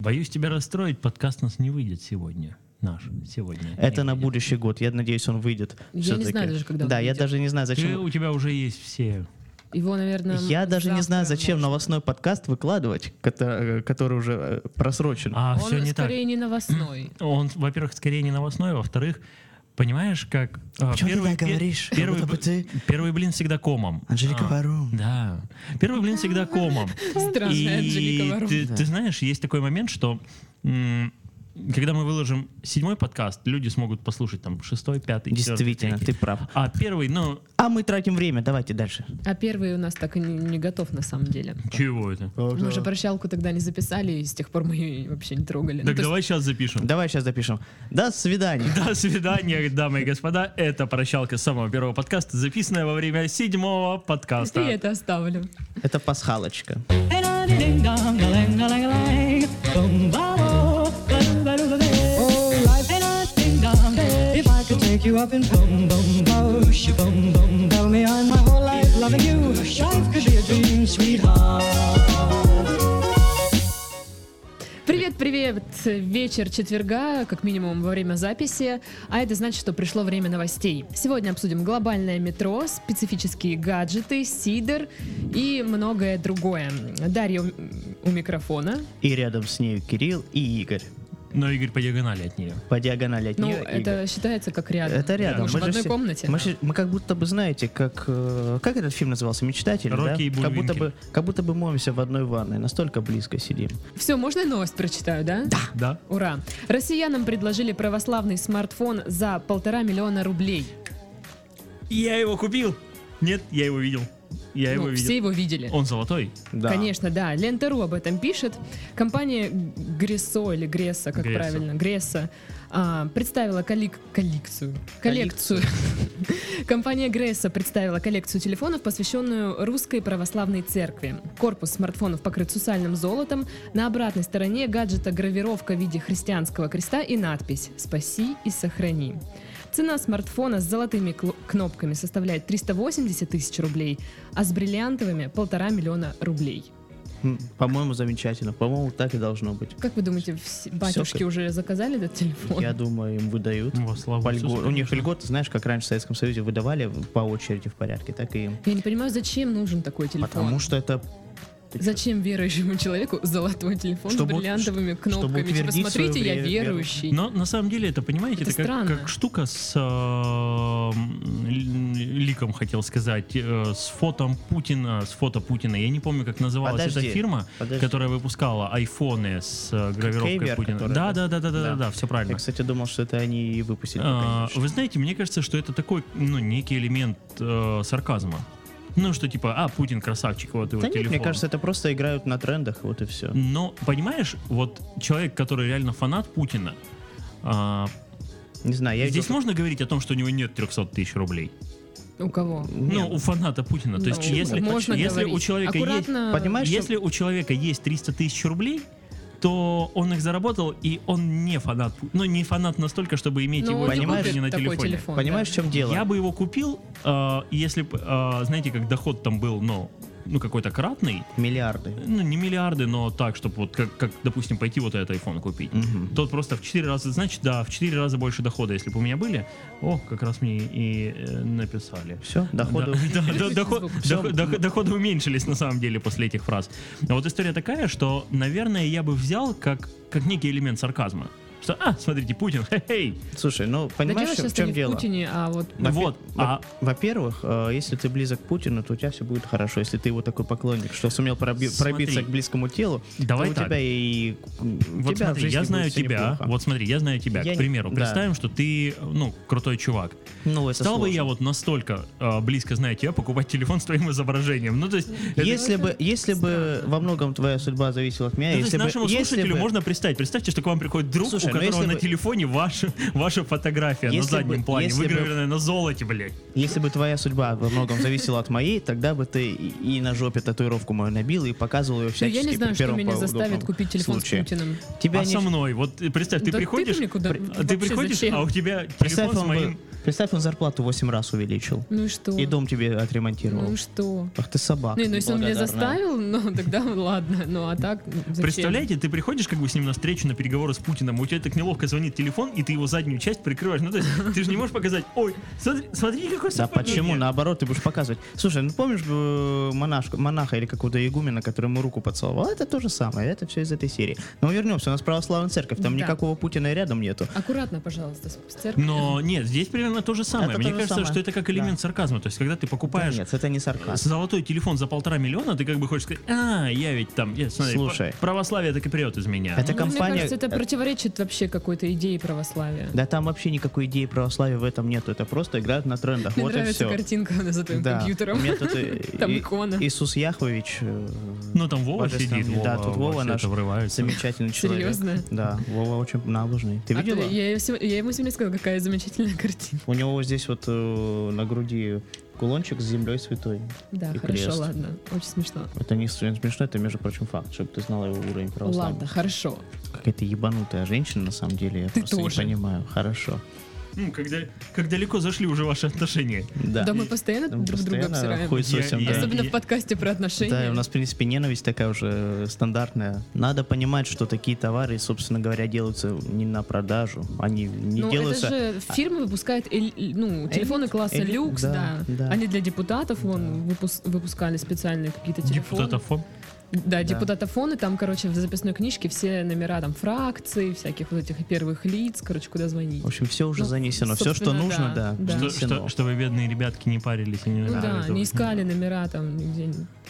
Боюсь тебя расстроить, подкаст у нас не выйдет сегодня. Сегодня. Это на будущий год. Я надеюсь, он выйдет. Я не знаю даже, когда он Да, я выйдет. даже не знаю, зачем. У тебя уже есть все. Его, наверное, Я даже не знаю, завтра зачем можно. новостной подкаст выкладывать, который уже просрочен. А все Он не так. скорее не новостной. Он, во-первых, скорее не новостной, во-вторых, понимаешь, как... Почему ты так говоришь? Как будто бы ты Первый блин всегда комом. Анжелика Варум. Да. Первый блин всегда комом. Страшная Анжелика И Варум. ты знаешь, есть такой момент, что когда мы выложим 7-й подкаст, люди смогут послушать там 6-й, 5-й, 4-й, Действительно, 3-й. ты прав. А первый, А мы тратим время, давайте дальше. А первый у нас так и не готов на самом деле. чего это? Мы же прощалку тогда не записали, и с тех пор мы ее вообще не трогали. Так давай сейчас запишем. Давай сейчас запишем. До свидания. До свидания, дамы и господа. Это прощалка самого первого подкаста, записанная во время 7-го подкаста. И это оставлю. Это пасхалочка. Oh, life ain't a ding dong. If I could take you up in boom boom boom, boom boom, tell me I'm my whole life loving you. Life could be a dream, sweetheart. Привет, вечер четверга, как минимум во время записи, а это значит, что пришло время новостей. Сегодня обсудим глобальное метро, специфические гаджеты, сидр и многое другое. Дарья у микрофона. И рядом с ней Кирилл и Игорь. Но Игорь по диагонали от нее. По диагонали от Ну, нее. это считается как рядом. Это рядом. Мы же в же одной все- комнате. Мы как будто бы, знаете, как этот фильм назывался? «Мечтатель», Рокки и да? Бульвинкель. Как будто бы моемся в одной ванной. Настолько близко сидим. Все, можно я новость прочитаю, да? Да? Ура! Россиянам предложили православный смартфон за 1,5 миллиона рублей. Я его купил. Нет, я его видел. Я его Ну, видел. все его видели. Он золотой. Да. Конечно, да. Лента.ру об этом пишет. Компания Грессо или Гресса, как Грессо. правильно, Гресса, представила коллекцию. Компания Гресса представила коллекцию телефонов, посвященную Русской Православной Церкви. Корпус смартфонов покрыт сусальным золотом. На обратной стороне гаджета гравировка в виде христианского креста и надпись «Спаси и сохрани». Цена смартфона с золотыми кнопками составляет 380 тысяч рублей, а с бриллиантовыми 1,5 миллиона рублей. По-моему, замечательно. По-моему, так и должно быть. Как вы думаете, батюшки как- уже заказали этот телефон? Я думаю, им выдают. Во славу По Иисусу, льготам. У них конечно. льготы, знаешь, как раньше в Советском Союзе выдавали по очереди в порядке, так и им. Я не понимаю, зачем нужен такой телефон? Потому что это... Зачем верующему человеку золотой телефон Чтобы- с бриллиантовыми чтобы кнопками? Типа, утвердить смотрите, свою я веру. верующий. Но на самом деле это, понимаете, Это это странно. как штука с ликом, хотел сказать, с фото Путина. Я не помню, как называлась Подожди, эта фирма, подожди. которая выпускала айфоны с гравировкой Кейвер, Путина. которая, Да, все Я, правильно. кстати, думал, что это они и выпустили. конечно. Вы знаете, мне кажется, что это такой, некий элемент сарказма. Ну, что типа, Путин красавчик, вот его Да нет, телефон. мне кажется, это просто играют на трендах, вот и все. Но, понимаешь, вот человек, который реально фанат Путина, Не знаю, я здесь видел, можно говорить о том, что у него нет 300 тысяч рублей? У кого? Ну, у фаната Путина. То есть, Ну, если можно у говорить. человека Аккуратно. Понимаешь, что- если у человека есть 300 тысяч рублей, то он их заработал, и он не фанат. Ну, не фанат настолько, чтобы иметь Но его он не понимаешь, купит на такой телефоне. телефон. Понимаешь, в чем дело? Я бы его купил, если бы, знаете, как доход там был, ну, какой-то кратный, Миллиарды. ну, не миллиарды, но так, чтобы вот, как, допустим, пойти вот этот iPhone купить. Мгм. Тот просто в 4 раза, значит, да, в 4 раза больше дохода, если бы у меня были. Как раз мне и написали. Все, доходы. Доходы уменьшились на самом деле после этих фраз. А вот история такая, что, наверное, я бы взял как некий элемент сарказма. Что, смотрите, Путин, хе-хей. Слушай, ну Да понимаешь, дело в сейчас чем не в дело? Путине, а вот... Вот. Во-первых, если ты близок к Путину, то у тебя все будет хорошо. Если ты его такой поклонник, что сумел пробиться Смотри. к близкому телу, Давай то у так. тебя и Вот тебя в смотри, жизни я знаю будет всё тебя. неплохо. Вот смотри, я знаю тебя. Я К не- примеру, да. представим, что ты, крутой чувак. Ну, это Стал бы сложно. я вот настолько близко зная тебя покупать телефон с твоим изображением? Ну, то есть... это- Если бы во многом твоя судьба зависела от меня, Ну, то есть если бы, нашему если слушателю бы- можно представить. Представьте, что к вам приходит друг, Слушай, у ну, которого если на бы- телефоне ваша фотография на Если заднем бы- плане, если бы- выгравированная на золоте, блядь. Если бы твоя судьба во многом зависела от моей, тогда бы ты и на жопе татуировку мою набил и показывал ее Ну, всячески. я не знаю, при что первом меня удобном заставит купить телефон случае. с Тебя Путиным. А не... со мной, вот представь, ты Да приходишь, ты-то мне куда- ты вообще приходишь, зачем? а у тебя Представь, телефон с он моим... бы- Представь, он зарплату 8 раз увеличил. Ну и что? И дом тебе отремонтировал. Ну и что? Ах ты собака. Не, ну если он меня благодарная. заставил, ну тогда ладно. Ну а так, зачем? Представляете, ты приходишь как бы с ним на встречу, на переговоры с Путиным, у тебя так неловко звонит телефон, и ты его заднюю часть прикрываешь. Ну то есть ты же не можешь показать, ой, смотри какой Да совпадение. почему? Наоборот, ты будешь показывать. Слушай, ну помнишь монаха или какого-то игумена, который ему руку поцеловал? Это то же самое, это все из этой серии. Но вернемся, у нас православная церковь, там Да. никакого Путина и рядом нету. Аккуратно, пожалуйста, с церковью. Но нет, здесь примерно то же самое. Это Мне то же кажется, самое. что это как элемент сарказма. То есть, когда ты покупаешь Нет, это не сарказм. золотой телефон за 1,5 миллиона, ты как бы хочешь сказать, я ведь там, смотри, Слушай. православие так и прет из меня. Это Ну, компания- Мне кажется, это противоречит вообще какой-то идее православия. Да там вообще никакой идеи православия в этом нету. Это просто играют на трендах. Мне Вот и нравится все. картинка за твоим Да. компьютером. Методы Там И- икона. Иисус Яхович. Ну там Вова божественный. сидит, Да, Вова тут Вова вообще наш это врывается. замечательный человек. Серьезно? Да, Вова очень набожный. Ты А то видела? я ему сегодня сказала, какая замечательная картина. У него вот здесь вот на груди кулончик с землей святой. Да, И хорошо, крест. ладно. Очень смешно. Это не смешно, это, между прочим, факт, чтобы ты знала его уровень православия. Ладно, хорошо. Какая-то ебанутая женщина, на самом деле, я Ты просто тоже. не понимаю. Хорошо. Как далеко зашли уже ваши отношения. Да. Да, мы постоянно Мы друг друга постоянно обсираем. хуесосим, Я- да. Особенно я- в подкасте про отношения. Да, и у нас, в принципе, ненависть такая уже стандартная. Надо понимать, что такие товары, собственно говоря, делаются не на продажу. Они не Ну, делаются... это же фирма выпускает телефоны класса элит, люкс, да, да. да. Они для депутатов вон выпускали специальные какие-то телефоны. Депутатофон. Да, депутатофоны, там, короче, в записной книжке все номера там фракций, всяких вот этих первых лиц, короче, куда звонить. В общем, все уже Ну, занесено. Все, что собственно, нужно, да, да, да. занесено. Чтобы бедные ребятки не парились и не Ну знали да, этого. не искали номера там нигде.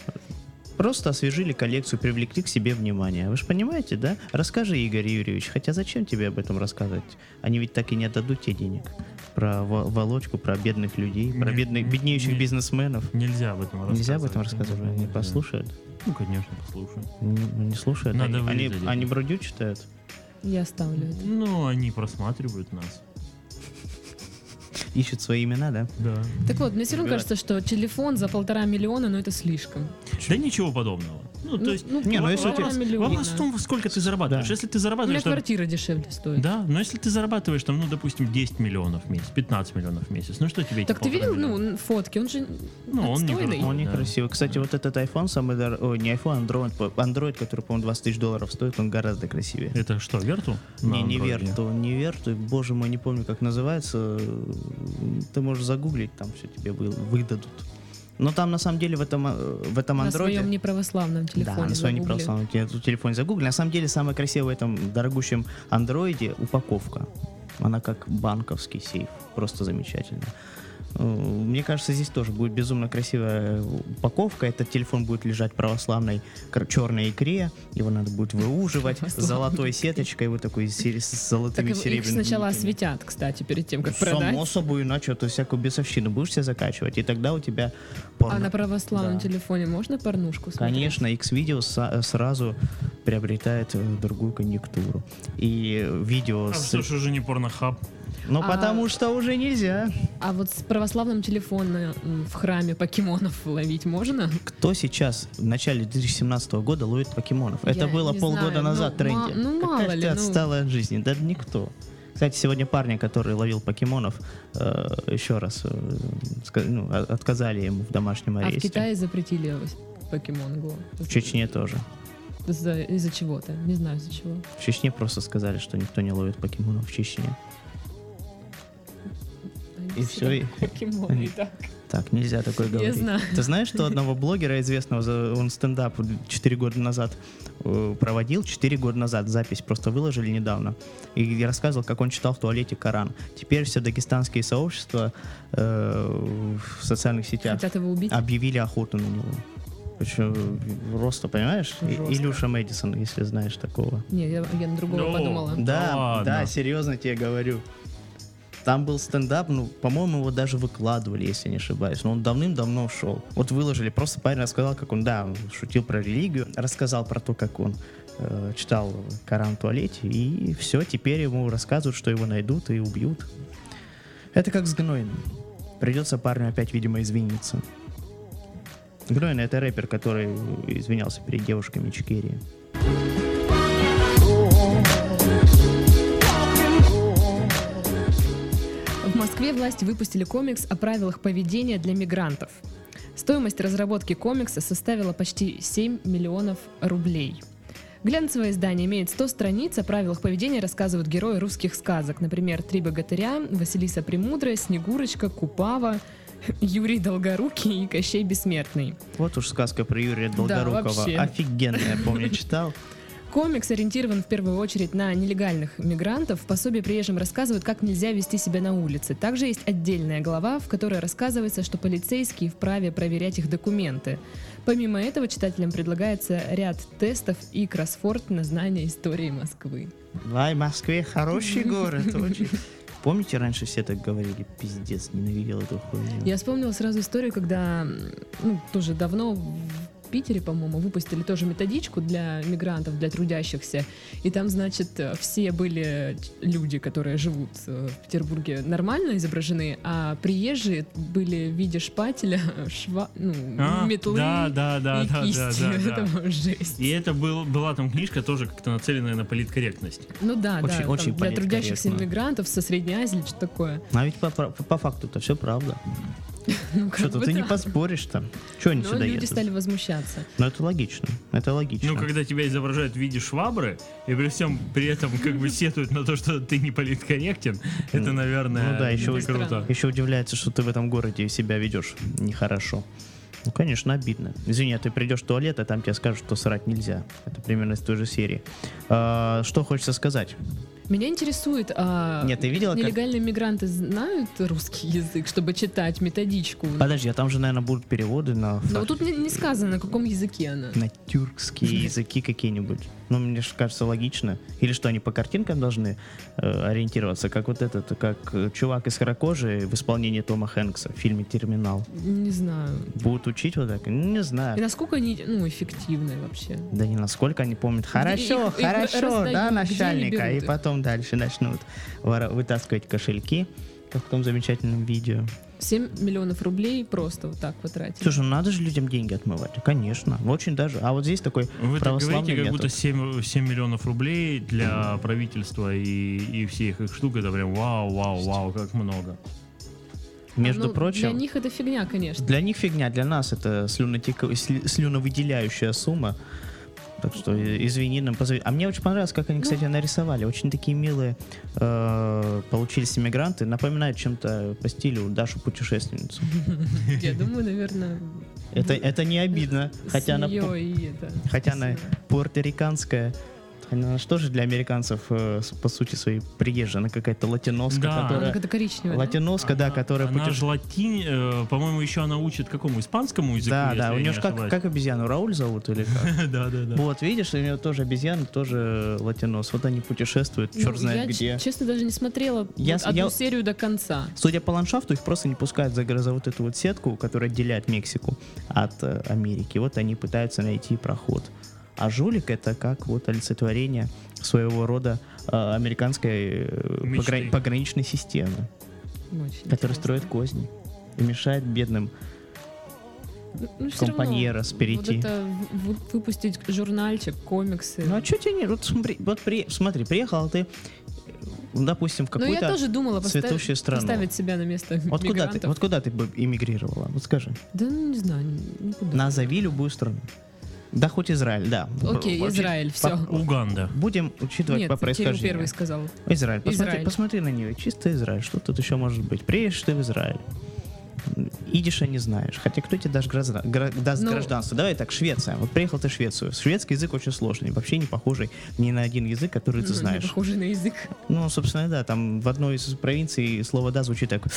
Просто освежили коллекцию, привлекли к себе внимание. Вы же понимаете, да? Расскажи, Игорь Юрьевич. Хотя зачем тебе об этом рассказывать? Они ведь так и не отдадут тебе денег. Про Володьку, про бедных людей, про беднеющих не. бизнесменов. Нельзя об этом рассказывать. Нельзя об этом рассказывать? Они Нельзя. послушают? Ну, конечно, послушают. Не слушают? Надо Они вырезать они это. бродю читают? Я оставлю это. Ну, они просматривают нас. Ищут свои имена, да? Да. Так вот, мне все равно Выбирать. кажется, что телефон за 1,5 миллиона, ну это слишком. Да ничего подобного. Ну, то есть, не, ну, если у тебя- вопрос, 1,5 миллиона. вопрос в том, сколько ты зарабатываешь. Да. Если ты У меня зарабатываешь, там, квартира дешевле стоит. да, но если ты зарабатываешь, там, ну, допустим, 10 миллионов в месяц, 15 миллионов в месяц, ну что тебе эти Так ты 1,5 видел, миллиона? фотки? Он же Ну, он не отстойный. крутой. Он Да. некрасивый. Кстати, вот этот iPhone, самый дорогой, не iPhone, Android, который, по-моему, $20 тысяч стоит, он гораздо красивее. Это что, Верту? Не На Android? не Верту, боже мой, не помню, как называется. Ты можешь загуглить, там все тебе выдадут. Но там, на самом деле, в этом На своем Android... неправославном телефоне. Да, на своем загугли. неправославном телефоне загугли. На самом деле, самое красивое в этом дорогущем андроиде упаковка. Она как банковский сейф. Просто замечательно. Мне кажется, здесь тоже будет безумно красивая упаковка. Этот телефон будет лежать в православной черной икре. Его надо будет выуживать с золотой сеточкой, вот такой с Так золотыми их серебряными сначала нитями. осветят, кстати, перед тем, как продать. Само собой, иначе ты всякую бесовщину будешь себе закачивать, и тогда у тебя А порно. на православном Да. телефоне можно порнушку смотреть? Конечно, X-видео сразу приобретает другую конъюнктуру. И видео А что ж уже не порнохаб? Ну, А- потому что уже нельзя. А вот с православным телефоном в храме покемонов ловить можно? Кто сейчас в начале 2017 года ловит покемонов? Это Я было не полгода знаю, назад в ну, тренде. ну, Какая мало ж ли, ты ну. отстала от жизни? Да никто. Кстати, сегодня парня, который ловил покемонов, еще раз отказали ему в домашнем А в аресте. Китае запретили покемон Go. В Чечне тоже. Из-за чего-то. Не знаю, из-за чего. В Чечне просто сказали, что никто не ловит покемонов в Чечне. И всё, и- Покемоны, так. Так, нельзя такое говорить. знаю. Ты знаешь, что одного блогера известного, он стендап 4 года назад проводил, 4 года назад запись просто выложили недавно, и рассказывал, как он читал в туалете Коран. Теперь все дагестанские сообщества в социальных сетях Хотят его убить? объявили охоту на него. Причем просто, понимаешь? Жестко. Илюша Мэдисон, если знаешь такого. Не, я на другого Ну, подумала. Да, ладно. да, серьезно тебе говорю. Там был стендап, ну, по-моему, его даже выкладывали, если не ошибаюсь. Но он давным-давно ушел. Вот выложили, просто парень рассказал, как он, да, он шутил про религию, рассказал про то, как он читал Коран в туалете, и все, теперь ему рассказывают, что его найдут и убьют. Это как с Гнойным. Придется парню опять, видимо, извиниться. Гнойный — это рэпер, который извинялся перед девушками Ичкерии. В Москве Москве власти выпустили комикс о правилах поведения для мигрантов. Стоимость разработки комикса составила почти 7 миллионов рублей. Глянцевое издание имеет 100 страниц, о правилах поведения рассказывают герои русских сказок. Например, «Три богатыря», «Василиса Премудрая», «Снегурочка», «Купава», Юрий Долгорукий и Кощей Бессмертный. Вот уж сказка про Юрия Долгорукова. вообще. Офигенная, я помню, читал. Комикс ориентирован в первую очередь на нелегальных мигрантов. В пособии приезжим рассказывают, как нельзя вести себя на улице. Также есть отдельная глава, в которой рассказывается, что полицейские вправе проверять их документы. Помимо этого, читателям предлагается ряд тестов и кроссворд на знание истории Москвы. Ай, Москве хороший город, очень. Помните, раньше все так говорили? Пиздец, ненавидел эту хуйню. Я вспомнила сразу историю, когда, тоже давно в Питере, по-моему, выпустили тоже методичку для мигрантов, для трудящихся. И там, значит, все были люди, которые живут в Петербурге, нормально изображены, а приезжие были в виде шпателя, метлы и кисти. Это жесть. И это была там книжка тоже как-то нацеленная на политкорректность. Ну да, очень для трудящихся политкорректно. мигрантов со Средней Азии или что-то такое. А ведь по факту это все правда. Ну, как Что-то бы ты не да. поспоришь там. Что они Но сюда люди едут? стали возмущаться. Но это логично. Это логично. Ну, когда тебя изображают в виде швабры, и при этом как бы сетуют на то, что ты не политкорректен, это, наверное, Ну да, еще не круто. Еще удивляется, что ты в этом городе себя ведешь нехорошо. Ну, конечно, обидно. Извини, а ты придешь в туалет, а там тебе скажут, что срать нельзя. Это примерно из той же серии. Что хочется сказать? Меня интересует, Нет, ты видела, как... нелегальные мигранты знают русский язык, чтобы читать методичку? Подожди, а там же, наверное, будут переводы на... Но вот тут не сказано, на каком языке она. На тюркские языки какие-нибудь. Ну, мне же кажется, логично. Или что, они по картинкам должны ориентироваться, как вот этот, как чувак из «Серокожий» в исполнении Тома Хэнкса в фильме «Терминал». Не знаю. Будут учить вот так? Не И знаю. насколько они, эффективны вообще? Да не насколько они помнят. Хорошо, их хорошо, раздают, да, где они начальника. берут И их? потом дальше начнут вытаскивать кошельки, как в том замечательном видео. 7 миллионов рублей просто вот так вот тратить. Слушай, ну надо же людям деньги отмывать. Конечно, очень даже. А вот здесь такой Вы так православный говорите, как метод. будто 7 миллионов рублей для правительства и всех их штук, это прям вау, как много. Между Ну, прочим, для них это фигня, конечно. для них фигня, для нас это слюновыделяющая сумма. Так что извини, нам позови. А мне очень понравилось, как они, кстати, нарисовали. Очень такие милые получились иммигранты. Напоминают чем-то по стилю Дашу путешественницу. Я думаю, наверное, Это не обидно. Хотя она красиво. пуэрториканская. Она что же для американцев, по сути своей, приезжая? Она какая-то латиноска, Да. Она которая... какая-то коричневая. Латиноска, да, которая Она же по-моему, еще она учит какому? Испанскому языку? Да, если да, я у не нее же ошибаюсь. как обезьяну Рауль зовут или как? Да. Вот, видишь, у нее тоже обезьяна, тоже латинос. Вот они путешествуют, черт знает где. Я, честно, даже не смотрела одну серию до конца. Судя по ландшафту, их просто не пускают за вот эту вот сетку, которая отделяет Мексику от Америки. Вот они пытаются найти проход. А жулик — это как вот олицетворение своего рода американской Мечты. пограничной системы, Очень которая интересно. строит козни и мешает бедным Ну, всё компаньерос равно, перейти. Вот это выпустить журнальчик, комиксы. Ну а что тебе нет? Вот смотри, приехал ты, допустим, в Но я какую-то тоже думала цветущую страну. поставить себя на место Вот мигрантов. куда ты бы эмигрировала? Вот скажи. Да, ну, не знаю, никуда. Назови любую страну. Да, хоть Израиль, да. Окей, Вообще, Израиль, все. Уганда. Будем учитывать Нет, по Кирилл происхождению. первый сказал. Израиль. Израиль. Посмотри на нее. Чисто Израиль. Что тут еще может быть? Приедешь ты в Израиль. Идиша не знаешь. Хотя кто тебе даст Ну, гражданство? Давай так, Швеция. Вот приехал ты в Швецию. Шведский язык очень сложный. Вообще не похожий ни на один язык, который ты Не знаешь. похоже на язык. Ну, собственно, да. Там в одной из провинций слово «да» звучит так.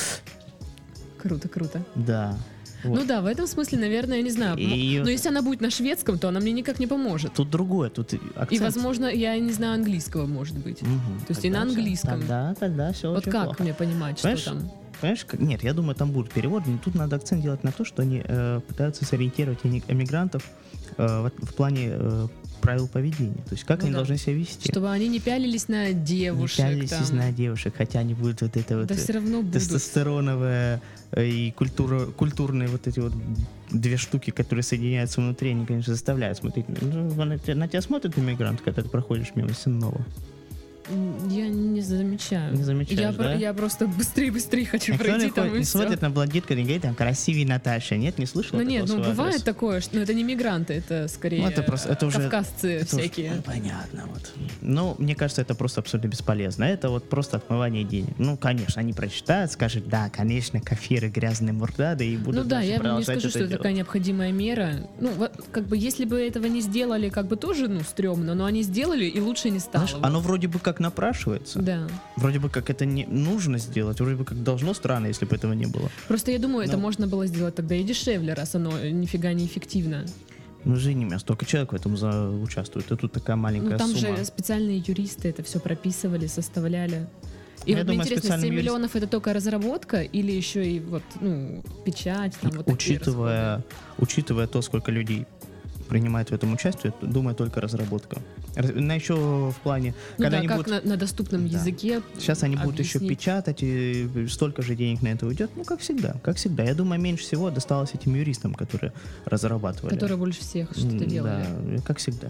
Круто. Да. Вот. Ну да, в этом смысле, наверное, я не знаю. И- Но если она будет на шведском, то она мне никак не поможет. Тут другое. Тут акцент. И, возможно, я не знаю английского, может быть. Мгм. То есть и на Тогда всё- английском. Тогда все Вот очень как плохо. мне понимать, что Понимаешь, там? Понимаешь, нет, я думаю, там будут переводы, но тут надо акцент делать на то, что они пытаются сориентировать эмигрантов в плане правил поведения. То есть как Ну они да. должны себя вести. Чтобы они не пялились на Не девушек. пялились там. на девушек, хотя они будут вот это вот Да все равно будут. тестостероновые и культурные вот эти вот две штуки, которые соединяются внутри, они, конечно, заставляют смотреть. На тебя смотрит иммигрант, когда ты проходишь мимо Сенного. Я не замечаю. Не замечаешь, да? Я просто быстрее хочу Никто пройти там и не все. смотрит на блондинку и не говорит, там, красивее Наташа. Нет, не слышала Ну нет, такого в свой бывает адрес? такое, что это не мигранты, это скорее Ну, это уже- кавказцы это уж- всякие. ну, понятно, вот. Ну, мне кажется, это просто абсолютно бесполезно. Это вот просто отмывание денег. Ну, конечно, они прочитают, скажут, да, конечно, кафиры, грязные мурдады, и будут Ну да, дальше я не продолжать скажу, что это делать. такая необходимая мера. Ну, как бы, если бы этого не сделали, как бы тоже, ну, стрёмно, но они сделали, и лучше не стало. Знаешь, оно вроде бы как напрашивается. Да. Вроде бы как это не нужно сделать, вроде бы как должно странно, если бы этого не было. Просто я думаю, это Ну. можно было сделать тогда и дешевле, раз оно нифига не эффективно. Ну, извини меня, столько человек в этом участвует, и тут такая маленькая Ну, там сумма. же специальные юристы это все прописывали, составляли. И Я вот думаю, мне интересно, 7 специальным миллионов это только разработка или еще и вот, ну, печать, там вот такие расходы? Учитывая то, сколько людей принимает в этом участие, думаю, только разработка. На еще в плане, Ну когда да, они как будут... на доступном Да. языке. Сейчас они будут еще объяснить. печатать, и столько же денег на это уйдет. Ну, как всегда, как всегда. Я думаю, меньше всего досталось этим юристам, которые разрабатывали. Которые больше всех что-то делали. Да, как всегда.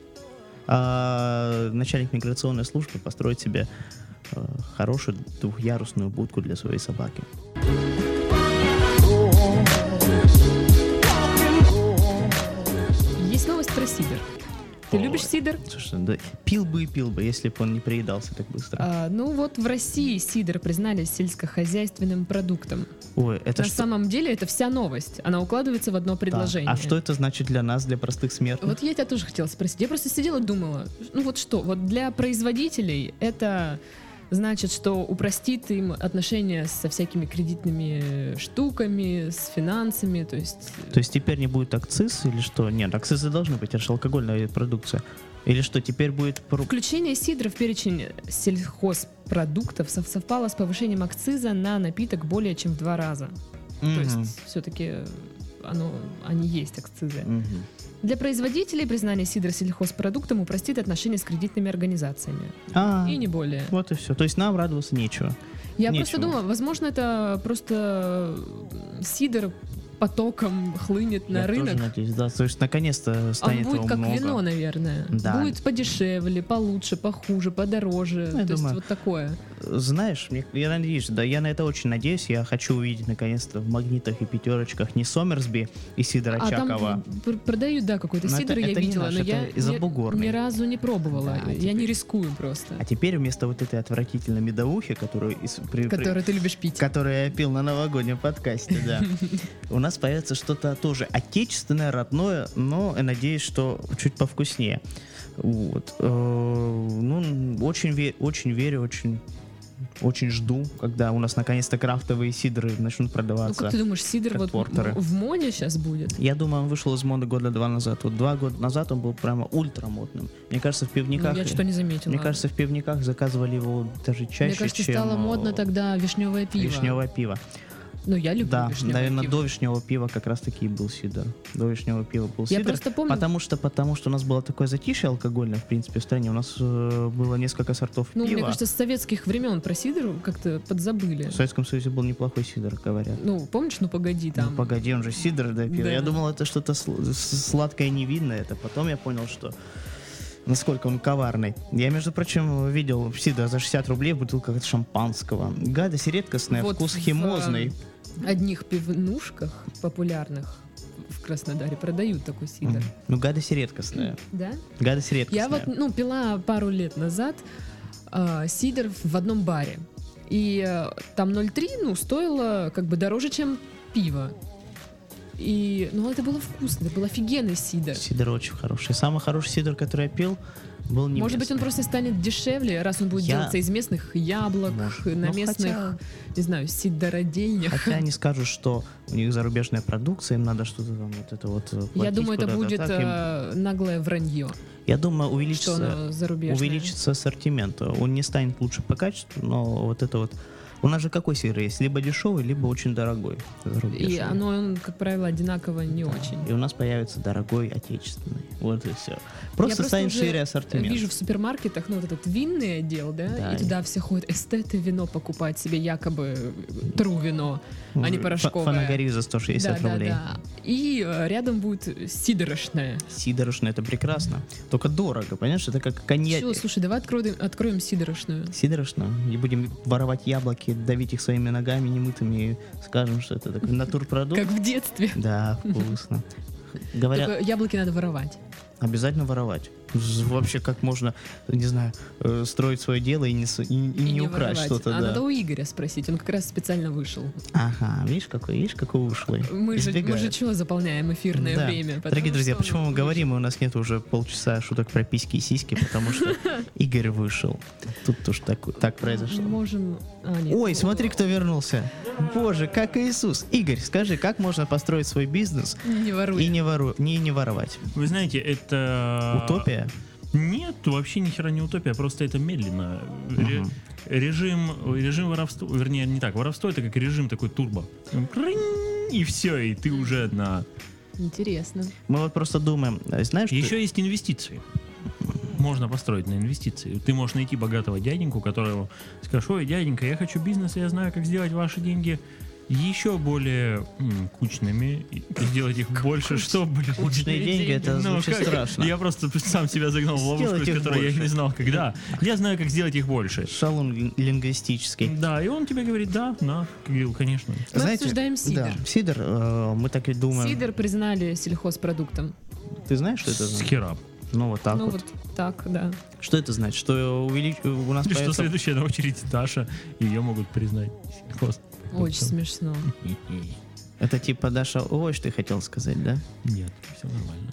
А начальник миграционной службы построит себе хорошую двухъярусную будку для своей собаки. Есть новость про сидр. Ты Ой. любишь сидр? Слушай, да, пил бы, если бы он не приедался так быстро. Ну вот в России сидр признали сельскохозяйственным продуктом. Ой, это На что? самом деле это вся новость. Она укладывается в одно Да. предложение. А что это значит для нас, для простых смертных? Вот я тебя тоже хотела спросить. Я просто сидела и думала, ну вот что, вот для производителей это значит, что упростит им отношения со всякими кредитными штуками, с финансами, то есть... То есть теперь не будет акциз или что? Нет, акцизы должны быть, это же алкогольная продукция. Или что, теперь будет... Включение сидра в перечень сельхозпродуктов совпало с повышением акциза на напиток более чем в 2 раза. То Мгм. есть все-таки они есть акцизы. Мгм. Для производителей признание сидра сельхозпродуктом упростит отношения с кредитными организациями. А, И не более. вот и все. То есть нам радоваться нечего. Я нечего. просто думала, возможно, это просто сидр потоком хлынет на Я рынок. тоже надеюсь, да. То есть наконец-то Он станет будет его как много. вино, наверное. Да. Будет подешевле, получше, похуже, подороже. Ну, я То есть думаю, вот такое. Знаешь, я надеюсь, да, я на это очень надеюсь. Я хочу увидеть наконец-то в магнитах и пятерочках не Сомерсби и Сидора А Чакова. там продают, да, какой-то Но сидр, это я не видела, наш, но это я из Обугорной. ни разу не пробовала. Да, Я теперь- не рискую просто. А теперь вместо вот этой отвратительной медовухи, которую Который ты любишь пить. которую я пил на новогоднем подкасте, да. У нас появится что-то тоже отечественное, родное, но я надеюсь, что чуть повкуснее. Вот. Ну, очень верю, очень жду, когда у нас наконец-то крафтовые сидры начнут Ну, продаваться. как ты думаешь, сидр как вот портеры. в моде сейчас будет? Я думаю, он вышел из моды года 2 назад. Вот 2 года назад он был прямо ультрамодным. Мне кажется, в Ну, пивниках... я что не заметила. Мне кажется, в пивниках заказывали его даже чаще, Мне кажется, чем стало модно тогда вишневое пиво. вишневое пиво. Ну, я люблю Да, вишневое наверное, пиво. до вишневого пива как раз таки и был сидр. До вишневого пива был Я сидр. просто помню- Потому что у нас было такое затишье алкогольное, в принципе, в стране. У нас было несколько сортов Ну, пива. мне кажется, с советских времен про сидр как-то подзабыли. В Советском Союзе был неплохой сидр, говорят. Ну, помнишь, ну погоди там. Ну, погоди, он же сидр допил. Да. Я думал, это что-то сладкое и невинное. Это потом я понял, что насколько он коварный. Я, между прочим, видел сидр за 60 рублей бутылка шампанского. Гадость редкостная, Вот вкус в, химозный. одних пивнушках популярных в Краснодаре продают такой сидр. Ну, гадость редкостная. Да? Гадость редкостная. Я вот, ну, пила пару лет назад сидр в одном баре. И там 0,3, ну, стоило как бы дороже, чем пиво. И, ну, это было вкусно, это был офигенный сидр. Сидр очень хороший. Самый хороший сидр, который я пил, был немецкий. Может быть, он просто станет дешевле, раз он будет Я- делаться из местных яблок, Может. на Ну, местных, хотя- не знаю, сидородельнях. Хотя они скажут, что у них зарубежная продукция, им надо что-то там вот это вот Я платить думаю, это куда-то. будет Так им- наглое вранье, Я думаю, что увеличится оно зарубежное. ассортимент. Он не станет лучше по качеству, но вот У нас же какой сидр есть? Либо дешевый, либо очень дорогой. И оно, как правило, одинаково не очень. И у нас появится дорогой отечественный. Вот и все. Просто Я станет уже шире ассортимент. вижу в супермаркетах, ну, вот этот винный отдел, да, Да. и туда все ходят эстеты вино покупать себе, якобы тру вино, а не порошковое. Фанагорию за 160 рублей. Да. И рядом будет сидорошное. Сидорошное — это прекрасно. Только дорого, понимаешь? Это как коньяк. Все, слушай, давай откроем сидорошную. Сидорошно. И будем воровать яблоки, давить их своими ногами немытыми и скажем, что это такой натурпродукт. Как в детстве. Да, вкусно. Говорят, Только яблоки надо воровать. обязательно воровать. Вообще, как можно, не знаю, строить свое дело и не украсть воровать. что-то, А да. надо у Игоря спросить, он как раз специально вышел. Ага, видишь, какой ушлый. Мы же Избегает. что заполняем эфирное Да. время? Потому Дорогие друзья, что почему мы он говорим, и у нас нет уже полчаса шуток про письки и сиськи, потому что Игорь вышел. Тут уж так вышел. произошло. Можем... нет. Ой, смотри, кто вернулся. Боже, как Иисус. Игорь, скажи, как можно построить свой бизнес Не воруй. и не воровать? Вы знаете, это... Утопия? Нет, вообще ни хера не утопия, просто это медленно. Режим воровства, вернее, не так, воровство — это как режим такой турбо. И все, и ты уже на... Интересно. Мы вот просто думаем, знаешь, Еще есть инвестиции. Можно построить на инвестиции. Ты можешь найти богатого дяденьку, которого скажешь: ой, дяденька, я хочу бизнес, я знаю, как сделать ваши деньги еще более кучными, и сделать их больше, что, блин. кучные деньги, это Ну, звучит как? страшно. Я просто сам себя загнал в ловушку, Сделать из их которой я больше. не знал, когда. Я знаю, как сделать их больше. Шалун лингвистический. Да, и он тебе говорит: да, Кирилл, конечно. Мы обсуждаем сидр. Да, сидр, мы так и думаем. Сидр признали сельхозпродуктом. Ты знаешь, что это С значит? хера. Ну вот так Ну вот. вот так, да. Что это значит? Что у нас Что появится... следующая на очередь Даша, ее могут признать сельхоз. Очень смешно. Это типа, Даша, ой, что ты хотел сказать, да? Нет, все нормально.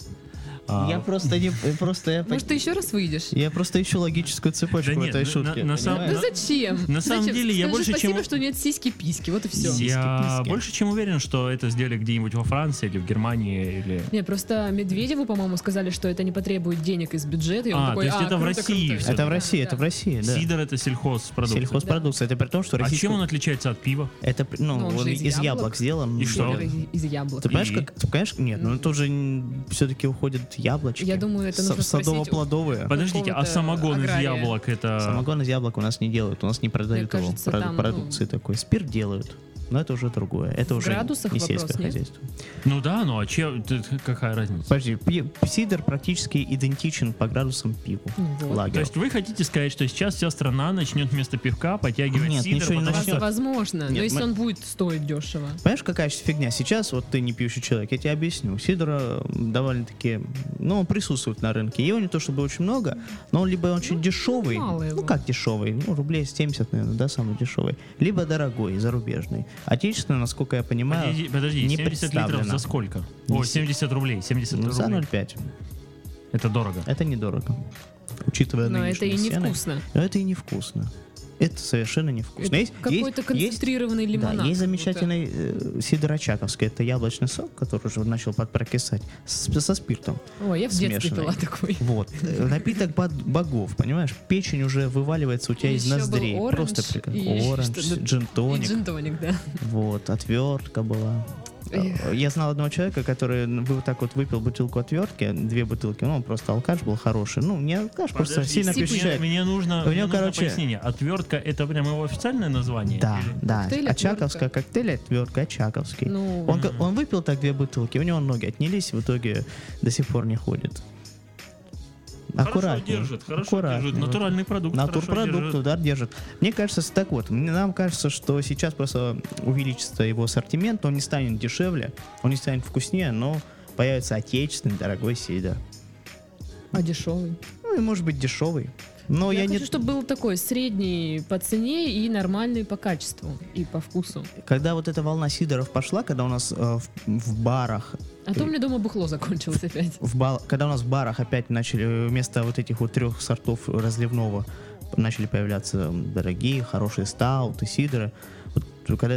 Я просто не... Может, ты еще раз выйдешь? Я просто ищу логическую цепочку Да в нет, этой на- шутке. на самом- Ну понимаешь? зачем? На самом Зачем? деле, я Скажи больше, спасибо, чем- что нет сиськи-письки, вот и все. Я Писки. больше чем уверен, что это сделали где-нибудь во Франции или в Германии или... Не, просто Медведеву, по-моему, сказали, что это не потребует денег из бюджета, и он такой: то есть это в круто, России круто». всё. Это в России, Да, это в да. России, да. Сидор — это сельхозпродукция. Сельхозпродукция. Это при том, что А российская... чем он отличается от пива? Это, Ну, он он же из яблок сделан. И что? Сидр из яблок. Ты понимаешь, И? как... Ты понимаешь? Нет, ну это уже все-таки уходят яблочки. Я думаю, это нужно спросить Садово-плодовые. Подождите, а какого-то самогон из агрария. яблок — это... Самогон из яблок у нас не делают, у нас не продают Мне его. кажется, там, Продукции такой. Спирт делают. Но это уже другое. Это В уже градусах не вопрос, сельское нет? хозяйство. Ну да, ну а какая разница? Подожди, сидр практически идентичен по градусам пиву. Ну вот. То Лагерь. есть вы хотите сказать, что сейчас вся страна начнет вместо пивка подтягивать Нет, сидр, ничего не потому начнет. что... Возможно, но Нет, если мы- он будет стоить дешево. Понимаешь, какая сейчас фигня? Сейчас вот ты не пьющий человек, я тебе объясню. Сидра довольно-таки, ну, он присутствует на рынке. Его не то чтобы очень много, но он либо очень дешевый, мало его. ну как дешевый, ну рублей 70, наверное, да, самый дешевый, либо дорогой, зарубежный. Отечественный, насколько я понимаю, Подожди, не 70 литров представлено. за сколько? Не О, се- 70 рублей, 70 Ну, за рублей. 0,5. Это дорого. Это недорого, учитывая Но это и нынешние цены. невкусно. Но это и невкусно. Это совершенно невкусно. Это какой-то концентрированный лимонад. Да, есть как замечательный сидр очаковский. Это яблочный сок, который уже начал прокисать со спиртом. будто. Ой, я в детстве смешанный. пила такой. Вот. Напиток богов, понимаешь? Печень уже вываливается у тебя из Еще был ноздрей. оранж Просто прекрасно. и Оранж, что-то- И джин-тоник. джин-тоник, да. Вот, отвертка была. Эх. Я знал одного человека, который вот так вот выпил бутылку отвертки, 2 бутылки, ну, он просто алкаш был хороший. Ну, не алкаш, просто Подожди, сильно Типа пьющий мне, человек. мне нужно, У мне него, нужно короче- пояснение. Отвертка — это прям его официальное название? Да, Или- да. Коктейль, Очаковская отвертка. коктейль, отвертка, очаковский. Ну, Он выпил так 2 бутылки, у него ноги отнялись, в итоге до сих пор не ходит. Аккуратнее. Хорошо аккуратнее. держит. Натуральный продукт. хорошо Натурпродукт, держит. удар держит. Мне кажется, так вот, нам кажется, что сейчас просто увеличится его ассортимент, он не станет дешевле, он не станет вкуснее, но появится отечественный дорогой сидр. а дешевый. Ну и может быть дешевый. Но Я я хочу, не... чтобы был такой средний по цене и нормальный по качеству и по вкусу. Когда вот эта волна сидоров пошла, когда у нас в барах А то у меня дома бухло закончилось опять. когда у нас в барах опять начали вместо вот этих вот 3 сортов разливного начали появляться дорогие, хорошие стауты, сидоры. Вот, когда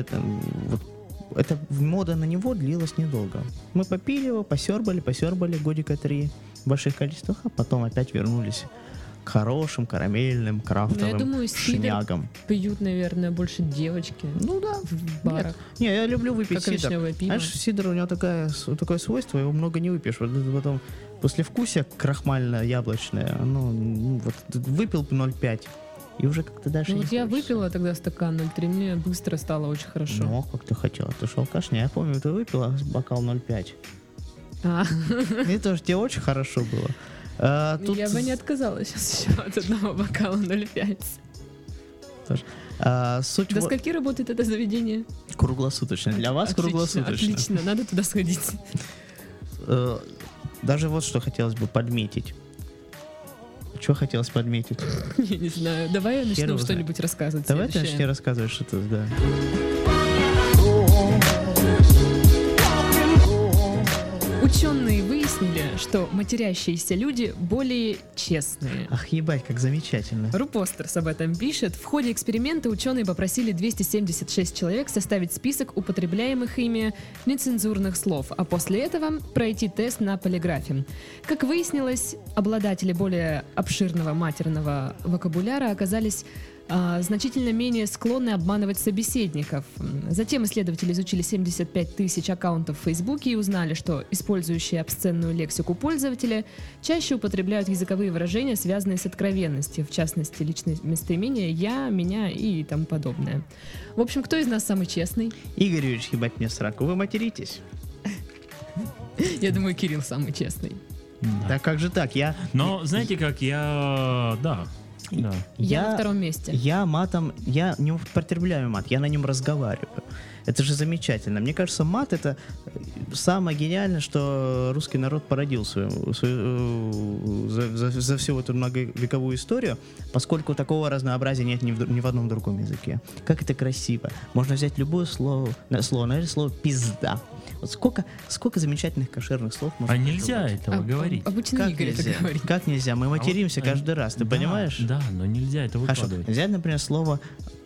эта мода на него длилась недолго. Мы попили его, посербали годика 3 в больших количествах, а потом опять вернулись хорошим карамельным крафтовым думаю, сидр шнягом. Пьют, наверное, больше девочки Ну да. в барах. Не, я люблю выпить Как сидр. вишневое пиво. Знаешь, сидр у него такое свойство, его много не выпьешь. Вот это потом послевкусие крахмально-яблочное, ну, вот выпил 0,5, и уже как-то дальше Ну не вот я хочется. выпила тогда стакан 0,3, мне быстро стало очень хорошо. Ну, как ты хотела, ты ж алкашня. Я помню, ты выпила бокал 0,5. А, И тоже тебе очень хорошо было. А, тут я бы не отказалась сейчас еще от одного бокала 0,5. суть До скольки работает это заведение? круглосуточно. Для вас Отлично, круглосуточно. Отлично, надо туда сходить. Даже вот что хотелось бы подметить. Что хотелось подметить? Я не знаю. Давай я Хер начну его что-нибудь рассказывать. Давай ты следующее. начни рассказывать что-то, да. Ученые выяснили, что матерящиеся люди более честные. Ах, ебать, как замечательно. Рупостерс об этом пишет. В ходе эксперимента ученые попросили 276 человек составить список употребляемых ими нецензурных слов, а после этого пройти тест на полиграфе. Как выяснилось, обладатели более обширного матерного вокабуляра оказались значительно менее склонны обманывать собеседников. Затем исследователи изучили 75 тысяч аккаунтов в Фейсбуке и узнали, что использующие обсценную лексику пользователи чаще употребляют языковые выражения, связанные с откровенностью, в частности, личные местоимения «я», «меня» и тому подобное. В общем, кто из нас самый честный? Игорь Юрьевич, ебать мне сраку, вы материтесь? Я думаю, Кирилл самый честный. Да как же так? Но знаете как, да. Я на втором месте. Я не употребляю мат, я на нем разговариваю. Это же замечательно. Мне кажется, мат — это самое гениальное, что русский народ породил за всю эту многовековую историю, поскольку такого разнообразия нет ни в одном другом языке. Как это красиво. Можно взять любое слово, например, слово «пизда». Вот сколько замечательных кошерных слов можно А нельзя придумать. этого говорить. Обычно Как Игорь это нельзя? говорит. Как нельзя? Мы материмся вот, каждый раз, ты да, понимаешь? Да, но нельзя это Хорошо. выкладывать. Взять, например, слово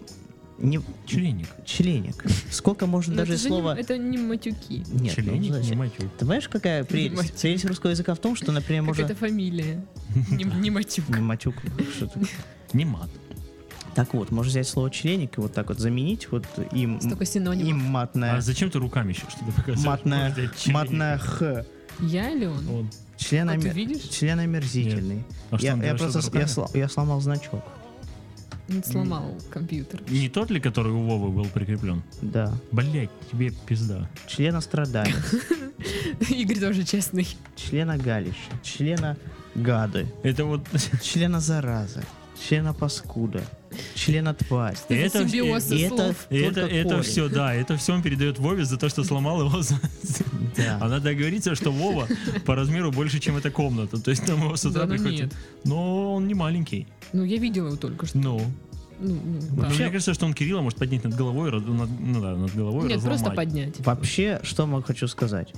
Членик. членик. Сколько можно Но даже это же слова... это не матюки. Нет, ну, Членик, значит, не матюк. ты понимаешь, какая прелесть? матюк. Прелесть русского языка в том, что, например, Как можно... это фамилия. Не матюк. Не матюк, что-то. Не мат. Так вот, можно взять слово членик и вот так вот заменить вот им... Столько синонимов. Им матное... А зачем ты руками еще что-то показываешь? Матное... Можно взять членик. Матное х. Я или он? Вот. Член, А ты видишь? член омерзительный. А что Я, он я делает, что просто за руками? я сломал значок. Он сломал компьютер. Не тот ли, который у Вовы был прикреплен? Да. Блять, тебе пизда. Члена страдания. Игорь тоже честный. Члена галища. Члена гады. Это вот... Члена заразы. Члена паскуда. Члена тварь. Это симбиоз И это слов. только это корень. все, да, это все он передает Вове за то, что сломал его. Да. А надо договориться, что Вова по размеру больше, чем эта комната. То есть там его с утра Да, ну приходится. нет. Но он не маленький. Ну, я видела его только что. Ну. Ну, да. Мне кажется, что он Кирилла может поднять над головой, над головой Нет, разломать. просто поднять. Вообще, что я хочу сказать?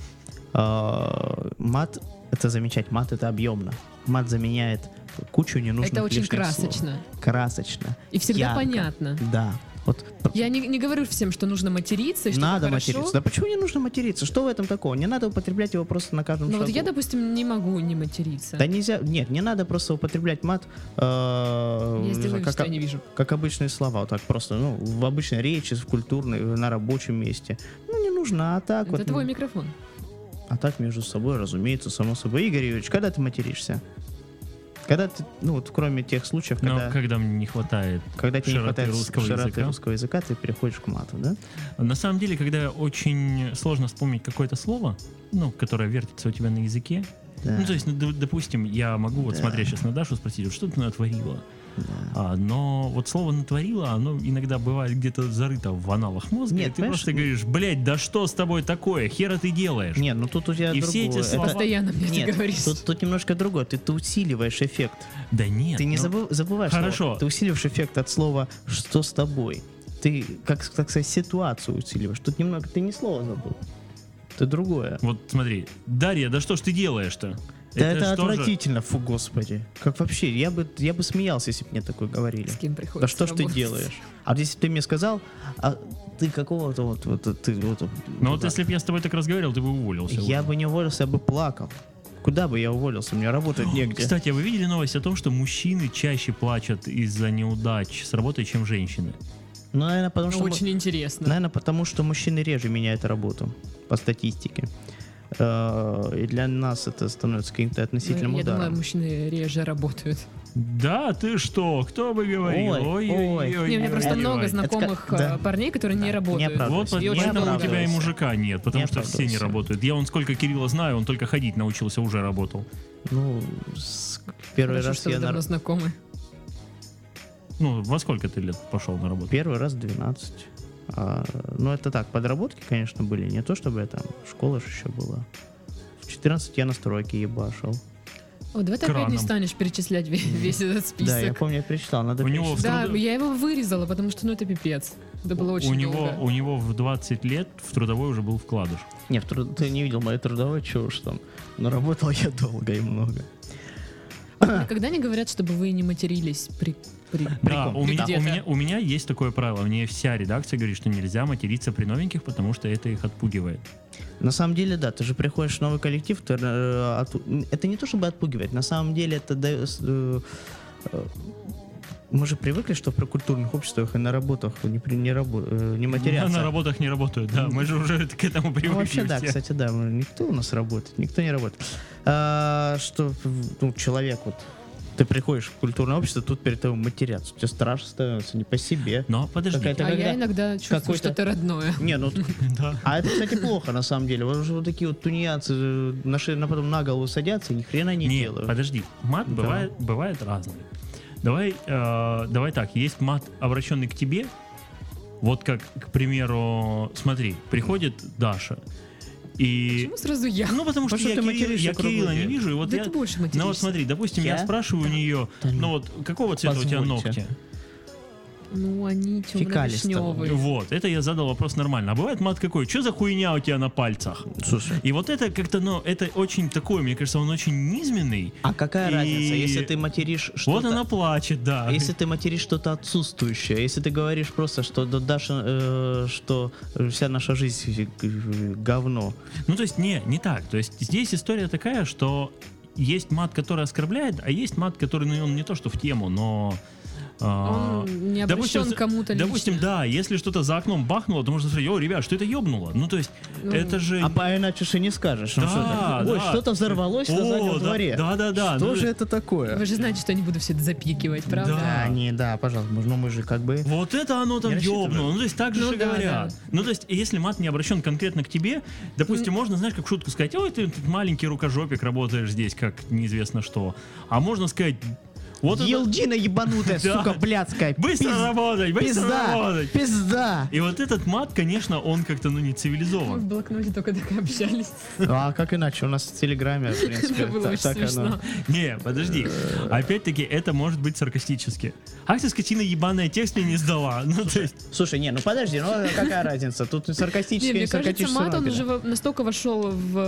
Мат — это замечать. Мат — это объемно. Мат заменяет кучу ненужных Это очень лишних слов. красочно. Красочно. И всегда ярко. понятно. Да. Вот Я не говорю всем, что нужно материться, и что надо это хорошо. материться. Да почему не нужно материться? Что в этом такого? Не надо употреблять его просто на каждом Но шагу. вот я, допустим, не могу не материться. Да нельзя, нет, не надо просто употреблять мат, Я сделаю вид, что я не вижу. как обычные слова, вот так просто, ну, в обычной речи, в культурной, на рабочем месте. Ну, не нужно, а так Это вот. твой микрофон. А так между собой, разумеется, само собой. Игорь Юрьевич, когда ты материшься? Когда ты, ну, вот кроме тех случаев, Но когда когда мне не хватает тебе не широты хватает русского широты языка. русского языка, ты переходишь к мату, да? На самом деле, когда очень сложно вспомнить какое-то слово, ну, которое вертится у тебя на языке, Да. ну, то есть, допустим, я могу, вот Да. смотря сейчас на Дашу, спросить, вот что ты натворила? Да. Но вот слово «натворила», оно иногда бывает где-то зарыто в аналах мозга, Нет, и ты понимаешь, просто говоришь, блядь, да что с тобой такое, хера ты делаешь? Не, ну тут у тебя И другое. все эти слова- Постоянно мне это Нет, говоришь. тут немножко другое. Ты усиливаешь эффект. Да нет. Ты не ну, забываешь хорошо. слово. Ты усиливаешь эффект от слова «что с тобой». Ты, как сказать, ситуацию усиливаешь. Тут немного, ты не слово забыл. Это другое. Вот смотри, Дарья, да что ж ты делаешь-то? Да это что же? отвратительно, фу, господи. Как вообще? Я бы смеялся, если бы мне такое говорили. С кем приходится Да что ж ты работать. делаешь? А вот если бы ты мне сказал, а ты какого-то вот ты вот. Ну вот если бы я с тобой так разговаривал, ты бы уволился. Я уже. бы не уволился, я бы плакал. Куда бы я уволился? Мне работать негде. Кстати, а вы видели новость о том, что мужчины чаще плачут из-за неудач с работой, чем женщины? Ну, наверное, потому что... Очень интересно. Наверное, потому что мужчины реже меняют работу, по статистике. И для нас это становится каким-то относительным Я ударом. думаю, мужчины реже работают. Да, ты что? Кто бы говорил? Ой, Ой-ой-ой. Не, у меня просто это- много это знакомых как- да. парней, которые не Не работают. оправдывайся. Вот И очень поэтому у тебя и оправдывайся. мужика нет, потому Не что все не оправдывайся. работают. Я вон сколько Кирилла знаю, он только ходить научился, уже работал. Ну, первый Хорошо, раз что вы я давно знакомы. Ну, во сколько ты лет пошел на работу? Первый раз 12. Ну, это так, подработки, конечно, были. Не то, чтобы я там... Школа же еще была. В 14 я на стройке ебашил. О, давай ты опять не Краном. станешь перечислять весь этот список. Да, я помню, я перечитал. Надо У него перечислить. Да, трудо- я его вырезала, потому что, ну, это пипец. Это было очень долго. у него в 20 лет в трудовой уже был вкладыш. Не, ты не видел моей трудовой, чушь там. Но работал я долго и много. Никогда не говорят, чтобы вы не матерились при Да, при у меня, где-то. у меня есть такое правило. Мне вся редакция говорит, что нельзя материться при новеньких, потому что это их отпугивает. На самом деле, да, ты же приходишь в новый коллектив, это не то, чтобы отпугивать, на самом деле это мы же привыкли, что при культурных обществах и на работах не матерятся. На работах не работают, да. Мы же уже к этому Ну, привыкли. вообще, да, все. кстати, да, никто у нас работает, никто не работает. Что человек вот, ты приходишь в культурное общество, тут перед тобой матерятся, тебе страшно становится, не по себе. Но подожди. Какая-то- А я когда иногда чувствую какой-то- что-то родное. Не, ну Да. а это, кстати, плохо на самом деле. Вот уже вот такие вот тунеядцы потом на голову садятся и ни хрена не Нет, делают. подожди. Мат Да. бывает разный. Давай так, есть мат, обращенный к тебе. Вот как, к примеру, смотри, приходит Даша. И... Почему сразу я? Ну, потому что Потому что я, ты материшься я Кирилла круглый не век. вижу, и вот Да я... ты больше Ну вот материшься. смотри, допустим, я Я? спрашиваю у нее, Да ну. ну вот, какого цвета у тебя Позвольте. ногти? Ну, они Фекалистого. темно-вишневые. Вот, это я задал вопрос нормально. А бывает мат какой? Что за хуйня у тебя на пальцах? Слушай, И вот это как-то, ну, это очень такой, мне кажется, он очень низменный. а какая И- разница, если ты материшь что-то... Вот она плачет, да. Если ты материшь что-то отсутствующее, если ты говоришь просто, что Даша, что вся наша жизнь говно. Ну, то есть, не так. То есть, здесь история такая, что есть мат, который оскорбляет, а есть мат, который, ну, он не то, что в тему, но... Он не обращен к кому-то лично. Допустим, да, если что-то за окном бахнуло, то можно сказать, о, ребят, что это ёбнуло? Ну, то есть, Ну, это же... А иначе же не скажешь. Ну, Да, что-то, Ой, да. что-то взорвалось на заднем да, дворе. Да. Что ну, же это такое? Вы же знаете, что я не буду все это запикивать, правда? Да. Да, пожалуйста, ну мы же как бы... Вот это оно там Не рассчитываю. ёбнуло. Ну, то есть, так же Ну же да, говорят. да. Ну, то есть, если мат не обращен конкретно к тебе, допустим, можно, знаешь, как в шутку сказать, ой, ты тут маленький рукожопик, работаешь здесь, как неизвестно что. А можно сказать, вот это... Елдина ебанутая, Да. сука, блядская. Быстро работать, быстро Пизда, работать. пизда. И вот этот мат, конечно, он как-то, ну, не Мы в цивилизован. блокноте только так и общались. А как иначе? У нас в Телеграме, в принципе, Это было очень так оно. смешно. Не, подожди. Опять-таки, это может быть саркастически. Ах ты, скотина ебаная, текст мне не сдала. Ну, то есть... Слушай, не, ну подожди, ну какая разница? Тут Не, саркастически, мне не кажется, саркастически. мат, он уже настолько вошел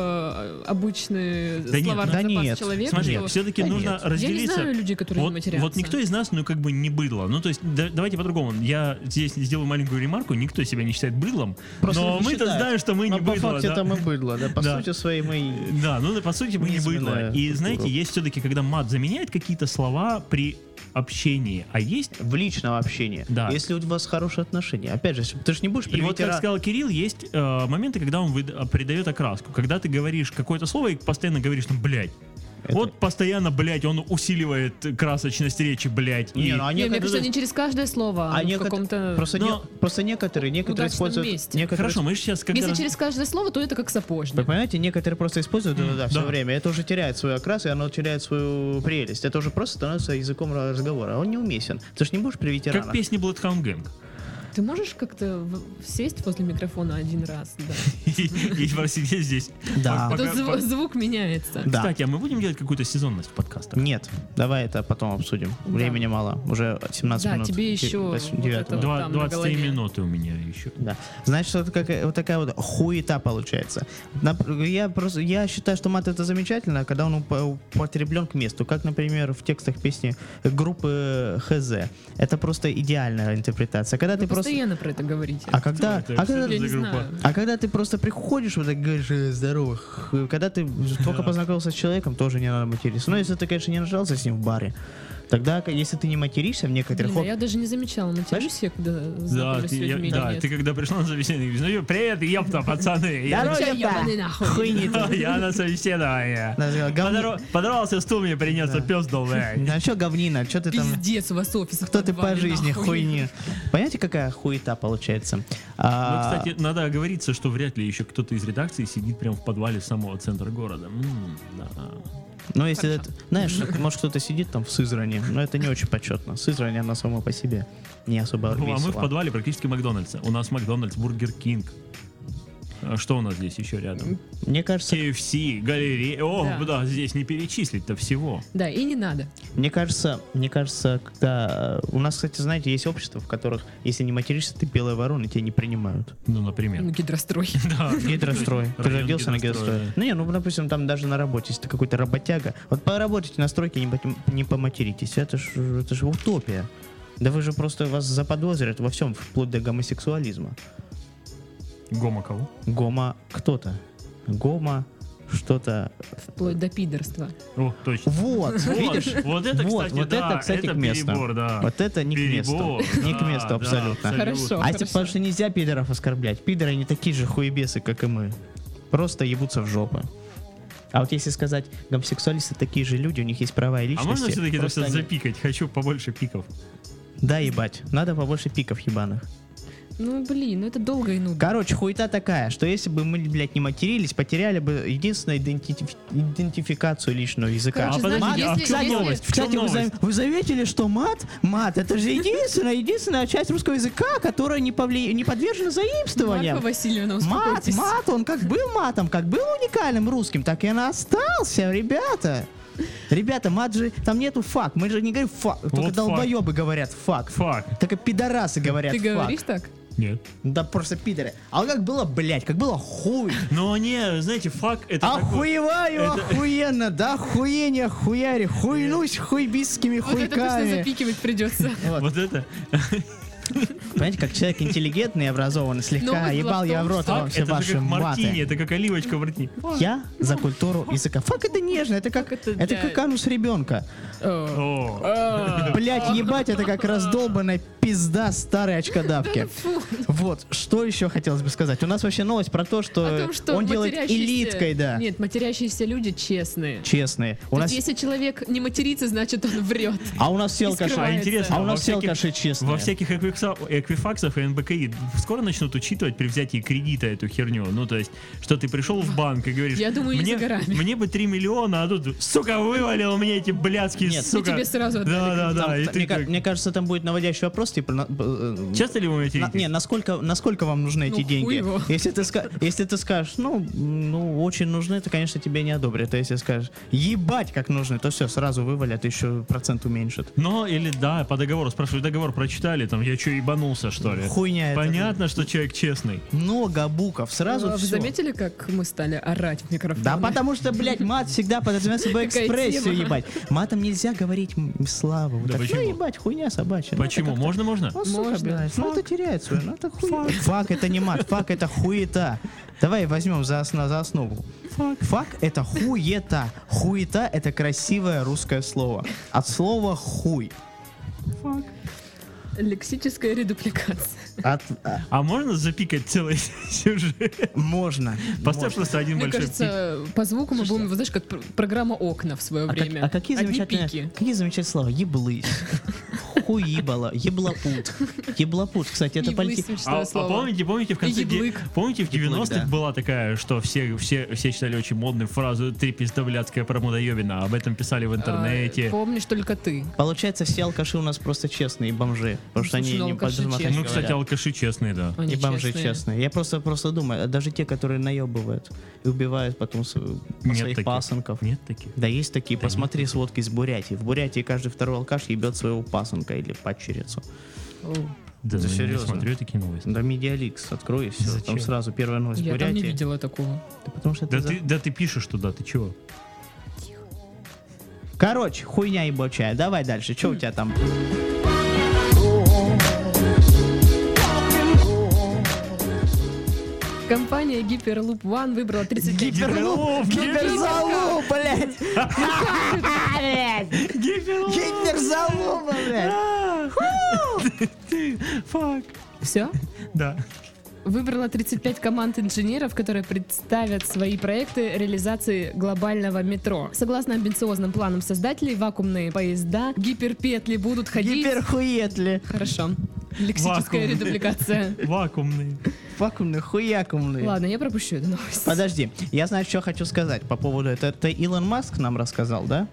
в обычный Да нет, словарный да запас нет. человека, Смотри, что... все-таки Да нужно нет. Я не разделиться. знаю людей, которые не Вот, матерятся. вот никто из нас, ну, как бы не быдло. Ну, то есть, давайте по-другому. Я здесь сделаю маленькую ремарку. Никто себя не считает быдлом. Просто но не мы-то считают. знаем, что мы не Но по быдло. факту да. это мы быдло, да, по Да. сути своей мы... Да, ну, по сути, мы не быдло. Низменная И, культура. знаете, есть все-таки, когда мат заменяет какие-то слова при общении, а есть... В личном общении. Да. Если у вас хорошие отношения. Опять же, ты же не будешь И вот, как привитера- сказал Кирилл, есть моменты, когда он придает окраску. Когда ты говоришь какое-то слово и постоянно говоришь, ну, блядь. Это- Вот постоянно, блядь, он усиливает красочность речи, блядь. Не, и- ну, а Не, мне некоторые- кажется, не через каждое слово, а в некотор- каком-то... Просто, Но- просто некоторые удачном используют... месте. Некоторые... Хорошо, мы же сейчас как Если раз... через каждое слово, то это как Вы сапожник. понимаете, некоторые просто используют это все да. время. Это уже теряет свой окрас, и оно теряет свою прелесть. Это уже просто становится языком разговора. Он неуместен. Ты же не будешь при ветеранах. Как песни Bloodhound Gang. Ты можешь как-то сесть возле микрофона один раз? Да. И просидеть здесь. Да. А то Пока- звук меняется. Да. Кстати, а мы будем делать какую-то сезонность в подкастах? Нет, давай это потом обсудим. Да. Времени мало. Уже 17 Да, минут. тебе еще вот 9. это- там на 23 голове. минуты у меня еще. Да. Значит, это вот такая вот хуета получается. Я считаю, что мат это замечательно, когда он употреблен к месту. Как, например, в текстах песни группы ХЗ. Это просто идеальная интерпретация. Когда ты Вы просто постоянно про это говорите. А когда, это? а когда, Я не за группа? знаю. а когда ты просто приходишь, вот так говоришь, здорово, когда ты только познакомился с человеком, тоже не надо материться. Но если ты, конечно, не нажался с ним в баре, тогда, если ты не материшься в некоторых... Блин, а я даже не замечала, матерюсь я, когда Да, знакомлюсь с людьми или нет. ты когда пришла на собеседование, говоришь, ну привет, ёпта, пацаны. Я- Здорово, Чай ёпта. ебаный нахуй. Хуйни ты. Я на собеседование. Да, говни- Подрался, стул мне принес, Да. пес долбай. Да что говнина, что ты там... Пиздец, у вас офис. в Кто ты по подвале, жизни, нахуй. хуйни? Понимаете, какая хуета получается? Ну, кстати, надо оговориться, что вряд ли еще кто-то из редакции сидит прямо в подвале самого центра города. Да. Ну, если это, знаешь, может кто-то сидит там в Сызрани, но это не очень почетно. Сызрань, она сама по себе не особо Ну, а мы в весела. подвале практически Макдональдса. У нас Макдональдс, Бургер Кинг. А что у нас здесь еще рядом? Мне кажется, KFC, галерея. О, Да. да, здесь не перечислить-то всего. Да, и не надо. мне кажется, когда... У нас, кстати, знаете, есть общества, в которых, если не материшься, ты белая ворона, тебя не принимают. Ну, например. Ну, гидрострой. Да. Гидрострой. Ты же Район родился на гидростроя. гидрострое. Ну, не, ну, допустим, там даже на работе, если ты какой-то работяга, вот поработайте на стройке, не поматеритесь. Это ж утопия. Да вы же просто вас заподозрят во всем, вплоть до гомосексуализма. Гома кого? Гомо кто-то. Гомо что-то. Вплоть до пидорства. О, точно. Вот, видишь? Вот это, Вот, кстати, вот да, это, кстати, это к месту. перебор, да. Вот это не к месту. Перебор, Не к да, месту да, абсолютно. Хорошо. А потому что нельзя пидоров оскорблять. Пидоры не такие же хуебесы, как и мы. Просто ебутся в жопу. А вот если сказать, гомосексуалисты такие же люди, у них есть права и А личности. можно все-таки это просто все они- запикать? Хочу побольше пиков. Да, ебать. Надо побольше пиков ебаных. Ну, блин, ну это долго и нудно. Короче, хуета такая, что если бы мы, блядь, не матерились, потеряли бы единственную идентификацию личного языка. Короче, А подождите, знаете, а в если- чем если- новость? В чем Кстати, новость? вы заметили, что мат это же единственная часть русского языка, которая не подвержена заимствованиям. Марфа Васильевна, Мат, успокойтесь. он как был матом, как был уникальным русским, так и он остался, ребята. Ребята, мат же, там нету фак, мы же не говорим фак, только Вот долбоебы говорят фак. Фак. Только пидорасы говорят Ты фак. говоришь так? Нет. Да просто пидоры. А как было, блядь, как было хуй. Но не, знаете, фак это такой... Охуеваю, охуенно, да охуение, хуяри, хуйнусь хуйбистскими Вот это точно хуйками. запикивать придется. Вот это... Понимаете, как человек интеллигентный и образованный, слегка Новость была ебал в я в том, рот вам Фак все это же ваши как мартини, маты. это как оливочка в ртни. Я за культуру языка. Фак это нежно, это как это это для- как анус ребенка. О. О, Блять, ебать, это как раздолбанная пизда старой очкодавки. Фу. Вот, что еще хотелось бы сказать. У нас вообще новость про то, О что том, что он делает матерящиеся- элиткой, да. Нет, матерящиеся люди честные. Честные. У То нас, есть, если человек не матерится, значит он врет. а у нас все и алкаши. а скрывается. интересно, А у нас во все всяких- алкаши честные. Во всяких эквифаксах и НБКИ скоро начнут учитывать при взятии кредита эту херню. Ну, то есть, что ты пришел в банк и говоришь, Я думаю, не мне, за горами. мне бы 3 миллиона, а тут, сука, вывалил мне эти блядские, Нет, сука. и тебе сразу отдали Да, Там, и мне, ты мне кажется, там будет наводящий вопрос, типа, Часто ли вы материтесь? не, насколько вам нужны эти Ну, деньги? хуй его. Если ты скажешь, ну, очень нужны, то, конечно, тебе не одобрят. А если скажешь, ебать, как нужны, то все, сразу вывалят, еще процент уменьшат. Но, или да, по договору, спрашиваю, договор прочитали, там, я что, ебанулся, что ли? Хуйня это. Понятно, что человек честный. Много букв, сразу Вы все. заметили, как мы стали орать в микрофон? Да потому что, блядь, мат всегда подразумевает собой Какая экспрессию, тема. ебать. Матом нельзя говорить славу. Да Так, почему? ну, ебать, хуйня собачья. Ну, это Почему? как-то- Можно? Ну, сука, Можно. блядь, ну это теряет свою, ну это хуйня. Фак это не мат, фак это хуета. Давай возьмем за основу. Фак это хуета. Хуета это красивое русское слово. От слова хуй. Лексическая редупликация. А можно запикать целый сюжет? Можно. Поставь просто один Мне большой пик. кажется, по звуку мы будем, знаешь, как программа «Окна» в свое время. А какие Одни замечательные, пики. какие замечательные слова? Еблысь. Хуибала. Еблопут. Еблопут, кстати, это Еблы полити... смешное А слово. помните в конце... Еблык. Помните, в 90-х да. была такая, что все считали очень модной фразу «Ты пизда-блядская промудоебина», об этом писали в интернете. Помнишь только ты. Получается, все алкаши у нас просто честные и бомжи. Потому что Слушай, они ну, не алкаши подразумевают, честные. Ну, кстати, алкаши честные, да. Они и бомжи честные. честные. Я просто думаю, а даже те, которые наебывают и убивают потом Нет своих таких. пасынков. Нет таких? Да есть такие, Да посмотри сводки из Бурятии. В Бурятии каждый второй алкаш ебет своего пасынка или падчерицу. Да, Это я не серьезно. смотрю такие новости. Да, Медиаликс, открой и все. Зачем? Там сразу первая новость Я там не Бурятии. видела такого. Да потому что Да это ты пишешь туда, ты чего? Короче, хуйня ебучая. Давай дальше. Что у тебя там? Компания Hyperloop One выбрала 35... Гиперзалу, блядь! Гиперзалу, блядь! Фак. Все? Да. Выбрала 35 команд инженеров, которые представят свои проекты реализации глобального метро. Согласно амбициозным планам создателей, вакуумные поезда, гиперпетли будут ходить... Гиперхуетли. Хорошо. Лексическая Вакуумные. редубликация. Вакуумный. Вакуумные, хуякумные. Ладно, я пропущу эту новость. Подожди, я знаю, что хочу сказать по поводу этого. Это Илон Маск нам рассказал, да?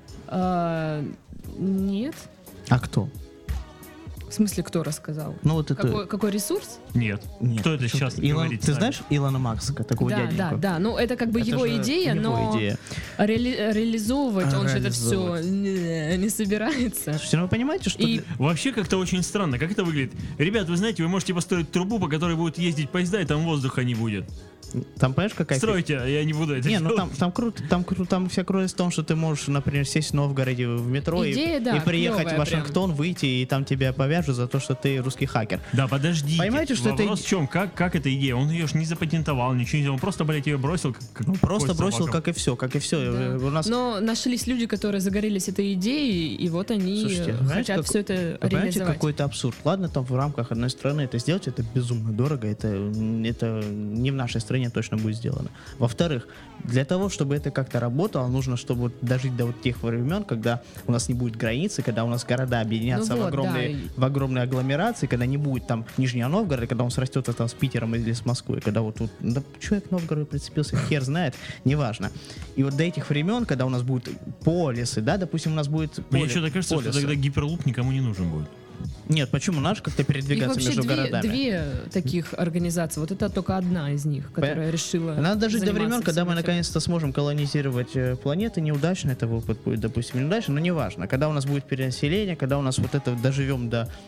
Нет. А кто? В смысле, кто рассказал? Ну вот это... Какой ресурс? Нет. Нет, Кто это почему-то сейчас Илон... говорит с Ты нами? знаешь Илона Маска, такого Да, дяденьку? да. Ну, это как бы Это его же идея, его но идея. реализовывать он же это все Реализовывать. не собирается. Слушайте, ну вы понимаете, что... И Вообще как-то очень странно. Как это выглядит? Ребят, вы знаете, вы можете построить трубу, по которой будут ездить поезда, и там воздуха не будет. Там, понимаешь, какая... Стройте, а я не буду это Не, ну делать. там круто, там вся крутость в том, что ты можешь, например, сесть в Новгороде в метро Идея, и да, приехать клёвая в Вашингтон, выйти, и там тебя повяжут за то, что ты русский хакер. Да, подождите. Понимаете, что это Вопрос в чем? Как эта идея? Он ее ж не запатентовал, ничего не сделал. Он просто, блядь, ее бросил. Просто кость бросил, собакам. как и все. Да. У нас... Но нашлись люди, которые загорелись этой идеей, и вот они Слушайте, знаете, хотят как- все это Вы понимаете, реализовать. какой-то абсурд. Ладно, там в рамках одной страны это сделать, это безумно дорого, это не в нашей стране точно будет сделано. Во-вторых, для того, чтобы это как-то работало, нужно, чтобы вот дожить до вот тех времен, когда у нас не будет границы, когда у нас города объединятся Ну вот, в огромные агломерации, когда не будет там Нижнего Новгорода, когда он срастется там с Питером или с Москвой, когда вот тут, да что я к Новгороду прицепился, хер знает, неважно. И вот до этих времен, когда у нас будут полисы, да, допустим, у нас будет Мне что-то кажется, что полисы. тогда гиперлуп никому не нужен будет. Нет, почему? Надо же как-то Их передвигаться вообще между городами. две таких организации. Вот это только одна из них, которая решила. Надо дожить до заниматься времен, когда всем мы этим. наконец-то сможем колонизировать планеты. Неудачно это опыт будет, допустим, неудачно, но неважно. Когда у нас будет перенаселение, когда у нас вот это доживем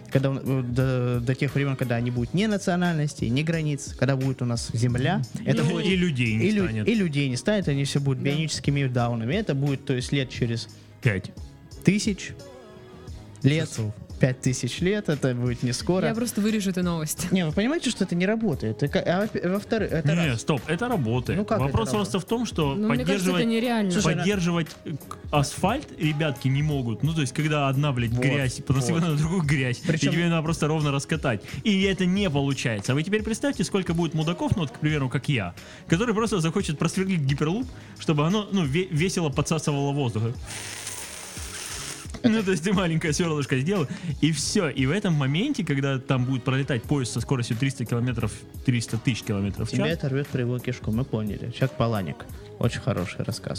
до тех времен, когда не будет ни национальностей, ни границ, когда будет у нас земля, это И будет людей не и, станет. и людей не станет, они все будут Да. бионическими даунами. Это будет, то есть, лет через 5. 1000 лет. 5000 лет, это будет не скоро. Я просто вырежу эту новость. Не, вы понимаете, что это не работает? Во-вторых, это Не, раз. стоп, это работает. Ну как Вопрос это просто в том, что Ну, мне кажется, это нереально. Слушай, поддерживать асфальт ребятки не могут. Ну, то есть, когда одна, блядь, Вот, грязь, насыпана на другую грязь, Причем- и тебе надо просто ровно раскатать. И это не получается. А вы теперь представьте, сколько будет мудаков, ну, вот, к примеру, как я, который просто захочет просверлить гиперлуп, чтобы оно, ну, весело подсасывало воздух. Ну, то есть ты маленькое сверлышко сделал, и все. И в этом моменте, когда там будет пролетать поезд со скоростью 300 тысяч километров в Тебя час, это рвет кривую кишку, мы поняли. Человек Паланик. Очень хороший рассказ.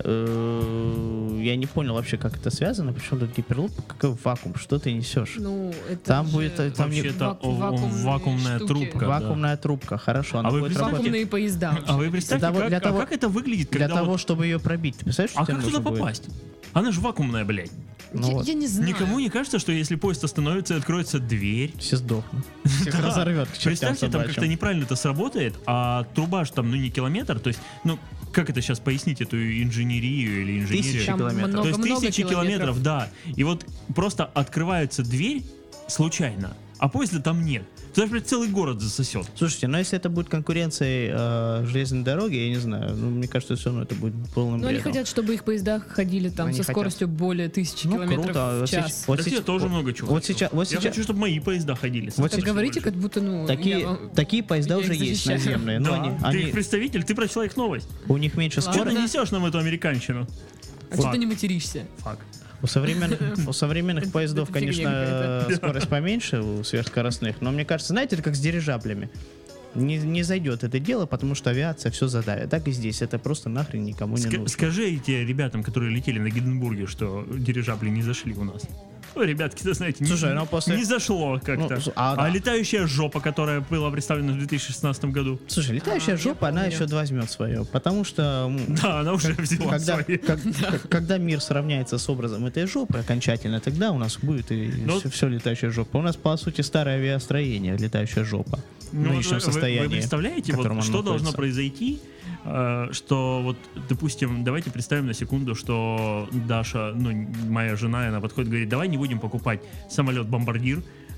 Я не понял вообще, как это связано. Причем тут гиперлуп, какой вакуум, что ты несешь? Ну, это Там же будет, там не- вообще-то вакуумные вакуумная штуки. трубка. да. вакуумная трубка, хорошо, она вы будет представьте, работать. Вакуумные поезда. А вы представьте, Для того- как это выглядит, Для когда того, вот- чтобы ее пробить. Ты представляешь, что А тебе как туда нужно будет? попасть? Она же вакуумная, блядь. Ну вот. Я не знаю. Никому не кажется, что если поезд остановится и откроется дверь, Все сдохнут. Всех разорвет к чертям представьте, там собачьим. как-то неправильно это сработает, а труба же там, ну, не километр, то есть, ну, как это сейчас пояснить, эту инженерию или инженерию? Тысячи Там километров. То есть много-много тысячи километров, да. И вот просто открывается дверь случайно, а поезда там нет. Туда, блядь, целый город засосет. Слушайте, но если это будет конкуренцией железной дороги, я не знаю, ну, мне кажется, все равно это будет полным Но они бредом. хотят, чтобы их поезда ходили там Они со хотят. скоростью более 1000 Ну, километров круто. в Вот час. сейчас- вот Так сейчас- я тоже много чего вот хочу. сейчас- вот Я сейчас- хочу, чтобы мои поезда ходили. Вот Так сейчас- говорите, как будто, ну, Такие, я вам- такие поезда я уже их есть защищаю. наземные, но Да. Ты их представитель, ты прочла их новость. у них меньше Ладно. Что ты скорости. несешь нам эту американщину? А что ты не материшься? Фак. У современных поездов, это фигня конечно, какая-то. скорость поменьше у сверхскоростных, но мне кажется, знаете, это как с дирижаблями. Не зайдет это дело, потому что авиация все задавит. Так и здесь. Это просто нахрен никому не нужно. Скажите ребятам, которые летели на Гинденбурге, что дирижабли не зашли у нас. Ну, ребятки, ты знаете, Слушай, ну после- не зашло как-то. Ну, да. летающая жопа, которая была представлена в 2016 году, Слушай, летающая я жопа, она помню. еще возьмет свое. Потому что да, она уже взяла когда, свои. когда мир сравняется с образом этой жопы окончательно, тогда у нас будет и Ну, все летающая жопа. У нас, по сути, старое авиастроение, летающая жопа. В Ну, нынешнем вы состоянии. представляете, в вот, котором что оно должно находится. произойти, что вот, допустим, давайте представим на секунду, что Даша, ну, моя жена, она подходит и говорит, давай не будем покупать самолет-бомбардир,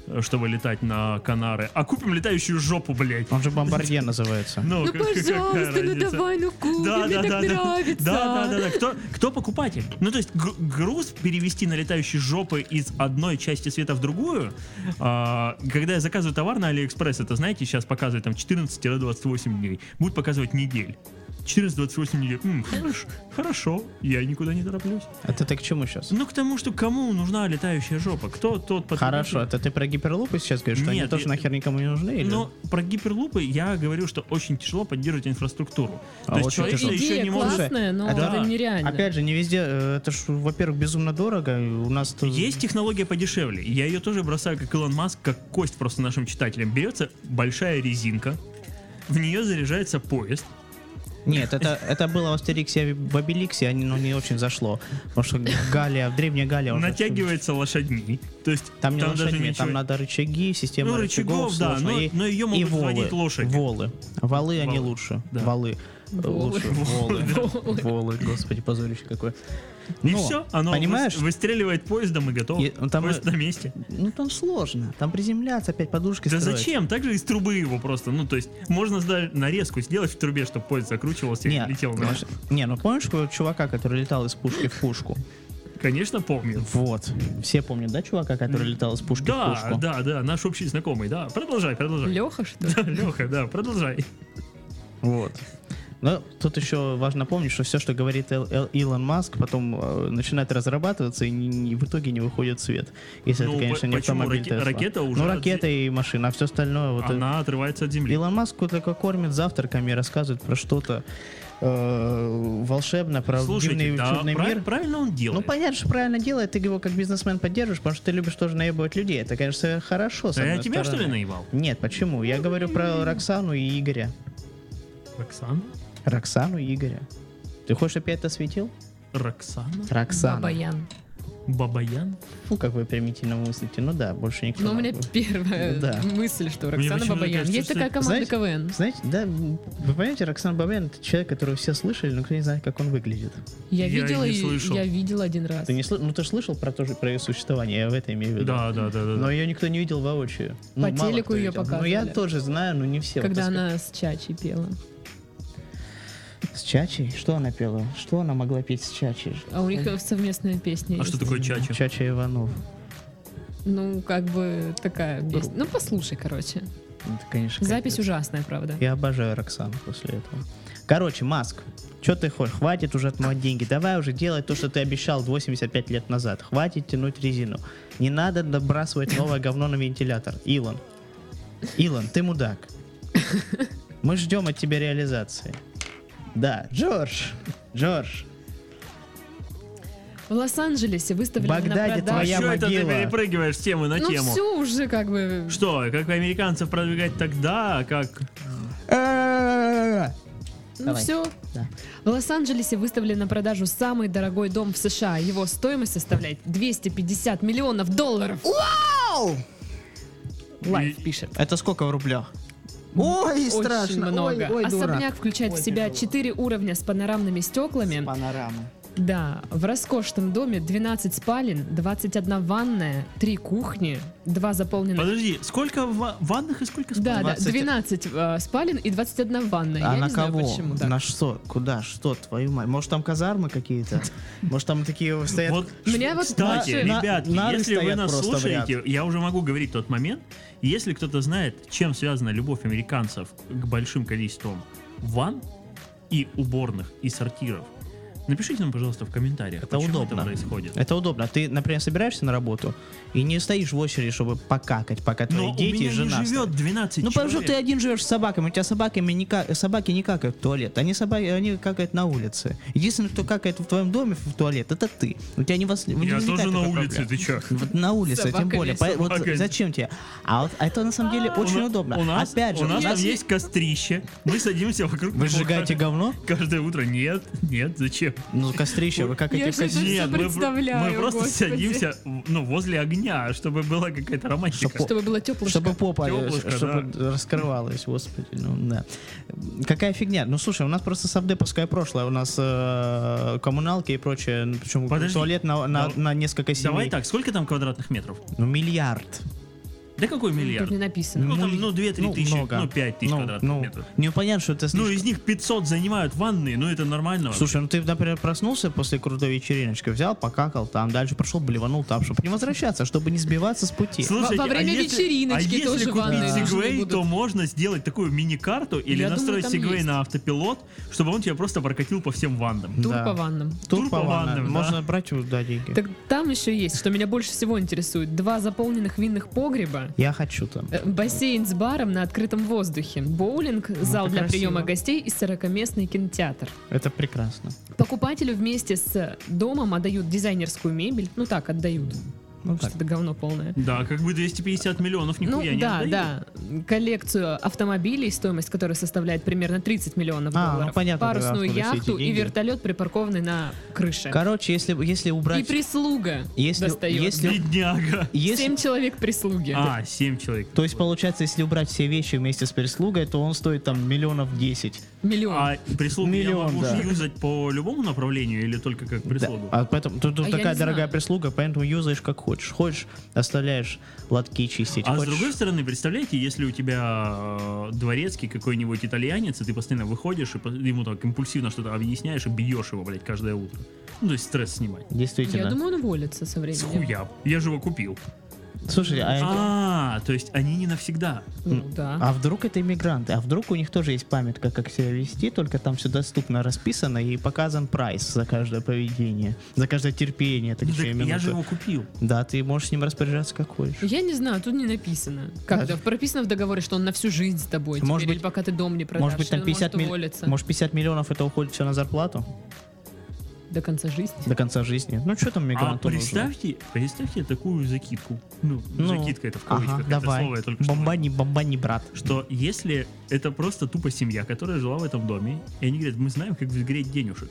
чтобы летать на Канары, а купим летающую жопу, блядь. Он же бомбардье называется. Ну, Ну, какая пожалуйста, ну разница? давай, ну купи, мне так нравится. Да. Кто покупатель? Ну, то есть груз перевести на летающие жопы из одной части света в другую. Когда я заказываю товар на Алиэкспресс, это, знаете, сейчас показывает там 14-28 дней. Будет показывать недель. 14-28 недель. Хорошо, я никуда не тороплюсь. Это ты к чему сейчас? Ну, к тому, что кому нужна летающая жопа? Кто тот потребитель? Хорошо, это ты про гиперлупы сейчас говоришь, что они Нет, тоже нахер никому не нужны? Или? Но про гиперлупы я говорю, что очень тяжело поддерживать инфраструктуру. А То есть очень человечество тяжело. еще Идея не может... классная, но Да. это нереально. Опять же, не везде, это ж, во-первых, безумно дорого, и у нас тут... Есть технология подешевле. Я ее тоже бросаю, как Илон Маск, как кость просто нашим читателям. Берется большая резинка, в нее заряжается поезд. Нет, это было в Астериксе, в Обеликсе, но не очень зашло. Потому что Галия, древняя Галия уже... Натягивается лошадьми. То есть Там не даже лошадьми, ничего- там надо рычаги, система Ну, рычагов. рычагов, да, сложно, но ее могут вводить лошади. Волы. Валы, они Волы, лучше. да. Валы. Волы. Лучше. Волы, господи, позорище какое. И Но, все, оно понимаешь, выстреливает поездом и готово. И, ну, там, Поезд на месте. ну там сложно. Там приземляться, опять подушки Да строить. зачем? Так же из трубы его просто. Ну, то есть, можно нарезку сделать в трубе, чтобы поезд закручивался и Не, летел на... ну помнишь чувака, который летал из пушки в пушку? Конечно, помню. Вот. Все помнят, да, чувака, который летал из пушки в Да, пушку? да, наш общий знакомый, да. Продолжай. Леха, что ли? Леха, да, продолжай. Вот. Но тут еще важно помнить, что все, что говорит Илон Маск, потом начинает разрабатываться и в итоге не выходит в свет. Если Ну, это, конечно, не почему? автомобиль Tesla. Ракета уже Ну, ракета и машина, а все остальное... Вот Она отрывается от земли. Илон Маск только кормит завтраками, рассказывает про что-то волшебное, про Слушайте, дивный да, чудный мир. правильно он делает. Ну, понятно, что правильно делает, ты его как бизнесмен поддерживаешь, потому что ты любишь тоже наебывать людей. Это, конечно, хорошо, с Да я одной тебя, что стороны. ли, наебал? Нет, почему? Я говорю про Роксану и Игоря. Роксана? Роксану и Игоря. Ты хочешь, чтобы я это осветил? Роксана? Роксана. Бабаян. Бабаян? Фу, как вы примитивно мыслите. Ну да, больше никто. Ну, у меня не будет. первая Да. мысль, что Мне Роксана почему-то Бабаян. кажется, Есть что- такая команда Знаете- КВН. Знаете, да, вы понимаете, Роксан Бабаян — это человек, которого все слышали, но кто не знает, как он выглядит. Я Я видела, не слышал. я видела один раз. Ты не ну ты же слышал про ее существование, я в это имею в виду. Да. Но ее никто не видел воочию. По Ну, мало телеку кто ее видел. Ну показывали. я тоже знаю, но не все. Когда Вот, она с Чачей пела. с Чачей? Что она пела? Что она могла петь с Чачей? А у них совместная песня А есть. что такое чача? Чача Иванов. Ну, как бы такая песня. Ну, послушай, короче. Это, конечно, Запись капец. ужасная, правда. Я обожаю Роксану после этого. Короче, Маск, что ты хочешь? Хватит уже отмывать деньги. Давай уже делать то, что ты обещал 85 лет назад. Хватит тянуть резину. Не надо набрасывать новое говно на вентилятор. Илон, ты мудак. Мы ждем от тебя реализации. Да, Джордж. В Лос-Анджелесе выставлена В Багдаде на продажу... твоя Что это ты могила. перепрыгиваешь с темы на Ну, тему? все уже как бы... Что, как американцев продвигать тогда, как... Ну, Давай. все. Да. В Лос-Анджелесе выставлен на продажу самый дорогой дом в США. Его стоимость составляет $250 миллионов. Лайф пишет. Это сколько в рублях? Ой, Очень страшно. много. Ой, дурак. Особняк включает в себя 4 уровня с панорамными стеклами. Панорама. Да, в роскошном доме 12 спален, 21 ванная, 3 кухни, 2 заполненных... Подожди, сколько ванных и сколько спален? Да, 20. 12 спален и 21 ванная. А Я на не знаю, кого? почему так. На что? Куда? Что, твою мать? Может, там казармы какие-то? Может, там такие стоят... Вот, Меня вот кстати, наши- ребятки, нары если вы стоят нас просто в ряд. слушаете, я уже могу говорить тот момент, если кто-то знает, чем связана любовь американцев к большим количествам ванн и уборных, и сортиров, напишите нам, пожалуйста, в комментариях, Это почему удобно. это происходит. Это удобно. Ты, например, собираешься на работу и не стоишь в очереди, чтобы покакать, пока твои Но дети у и меня жена не живет стоят. 12 Ну, потому что человек. ты один живешь с собаками, у тебя собаки не какают в туалет, они какают на улице. Единственный, кто какает в твоем доме в туалет, это ты. У тебя не Я возникает тоже на такой улице, проблемы. ты чё? Вот на улице, тем Собаками, более. Вот собаками. зачем тебе? А вот это на самом деле очень удобно. У нас, Опять же, у нас у там нас есть кострище, мы садимся вокруг Вы него сжигаете говно? каждое утро. Нет, зачем? Ну, кострище, вы как Я эти же это Нет, всё представляю, мы просто господи. садимся возле огня, чтобы была какая-то романтика. Чтобы было тепло. Чтобы попа, Тёплышко, чтобы раскрывалась, господи, ну да. Какая фигня? Ну слушай, у нас просто сабдеповское прошлое, у нас коммуналки и прочее, причем Подожди. туалет на несколько семей. Давай так, сколько там квадратных метров? Ну миллиард. Да какой миллиард? Тут не написано. Ну, там, 2-3 тысячи, много. 5 тысяч квадратных метров. Непонятно, что это Ну, слишком. из них 500 занимают ванны, ну это нормально. Слушай, ну ты, например, проснулся после крутой вечериночки, взял, покакал там, дальше прошел, блеванул там, чтобы не возвращаться, чтобы не сбиваться с пути. Слушайте, Во время вечериночки тоже если ванны купить нужны Segway, будут. то можно сделать такую мини-карту или Я настроить думаю, там Segway есть. на автопилот, чтобы он тебя просто прокатил по всем вандам. Тур Да. по ваннам. Тур по ваннам. да. Можно брать туда деньги. Так там еще есть, что меня больше всего интересует. 2 заполненных винных погреба, Я хочу там. бассейн с баром на открытом воздухе, боулинг, зал это для красиво. приема гостей и 40-местный кинотеатр. Это прекрасно. Покупателю вместе с домом отдают дизайнерскую мебель. Ну так, отдают. Ну так. Что-то говно полное. Да, как бы 250 миллионов Ну нихуя не да, отдают. да. Коллекцию автомобилей, стоимость которой составляет примерно 30 миллионов А, ну долларов. понятно, Парусную откуда все эти яхту и деньги. вертолет, припаркованный на крыше. Короче, если И убрать... прислуга Если- достает. если- Бедняга. 7 человек прислуги. 7 человек. То есть, получается, если убрать все вещи вместе с прислугой, то он стоит там миллионов 10. Миллион. А прислугу я Миллион, могу да. юзать по любому направлению или только как прислугу? А поэтому тут А я такая не дорогая знаю. прислуга, поэтому юзаешь как хочешь. Хочешь, оставляешь лотки чистить. А с хочешь... другой стороны, представляете, если у тебя дворецкий какой-нибудь итальянец, и ты постоянно выходишь и ему так импульсивно что-то объясняешь и бьешь его, блядь, каждое утро. Ну, то есть стресс снимать. Действительно. Я думаю, он уволится со С временем. хуя. Я же его купил. Слушай, То есть они не навсегда. Ну да. а вдруг это иммигранты? А вдруг у них тоже есть памятка, как себя вести, только там все доступно расписано и показан прайс за каждое поведение, за каждое терпение. Так точнее, я минуту. же его купил. Да, ты можешь с ним распоряжаться как хочешь. Я не знаю, тут не написано. Как это? Прописано в договоре, что он на всю жизнь с тобой. Может теперь, быть- или пока ты дом не продашь. Может быть, там он 50, может уволиться может 50 миллионов это уходит все на зарплату до конца жизни. до конца жизни. Ну, что там А мигранту нужно? представьте такую закидку. Ну, Ну, закидка это в кавычках, ага, это давай. слово я только что Бомба не брат. что если это просто тупо семья, которая жила в этом доме, и они говорят, мы знаем, как взгреть денежек.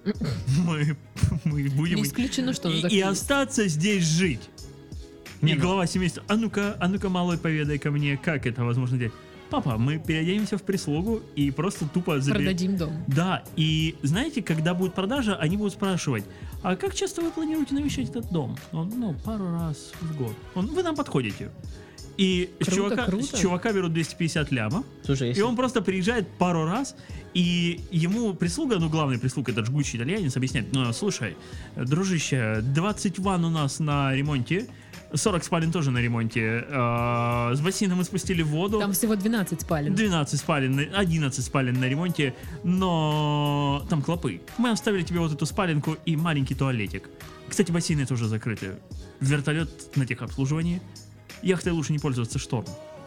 Мы будем... Не исключено, что он так И есть. остаться здесь жить. Не, И ну- глава семейства, а ну-ка, малой, поведай ко мне, как это возможно делать. Папа, мы переоденемся в прислугу и просто тупо заберем. Продадим дом. Да, и знаете, когда будет продажа, они будут спрашивать, а как часто вы планируете навещать этот дом? Он, пару раз в год. Вы нам подходите. И Круто, с круто. чувака берут 250 лямов, Слушай, и если... он просто приезжает пару раз, и ему прислуга, главный прислуга, это жгучий итальянец, объясняет, слушай, дружище, 20 ванн у нас на ремонте, 40 спален тоже на ремонте, с бассейна мы спустили воду, Там всего 12 спален. 12 спален, 11 спален на ремонте, но там клопы. Мы оставили тебе вот эту спаленку и маленький туалетик. Кстати, бассейны тоже закрыты. Вертолет на техобслуживании. Яхтой лучше не пользоваться шторм.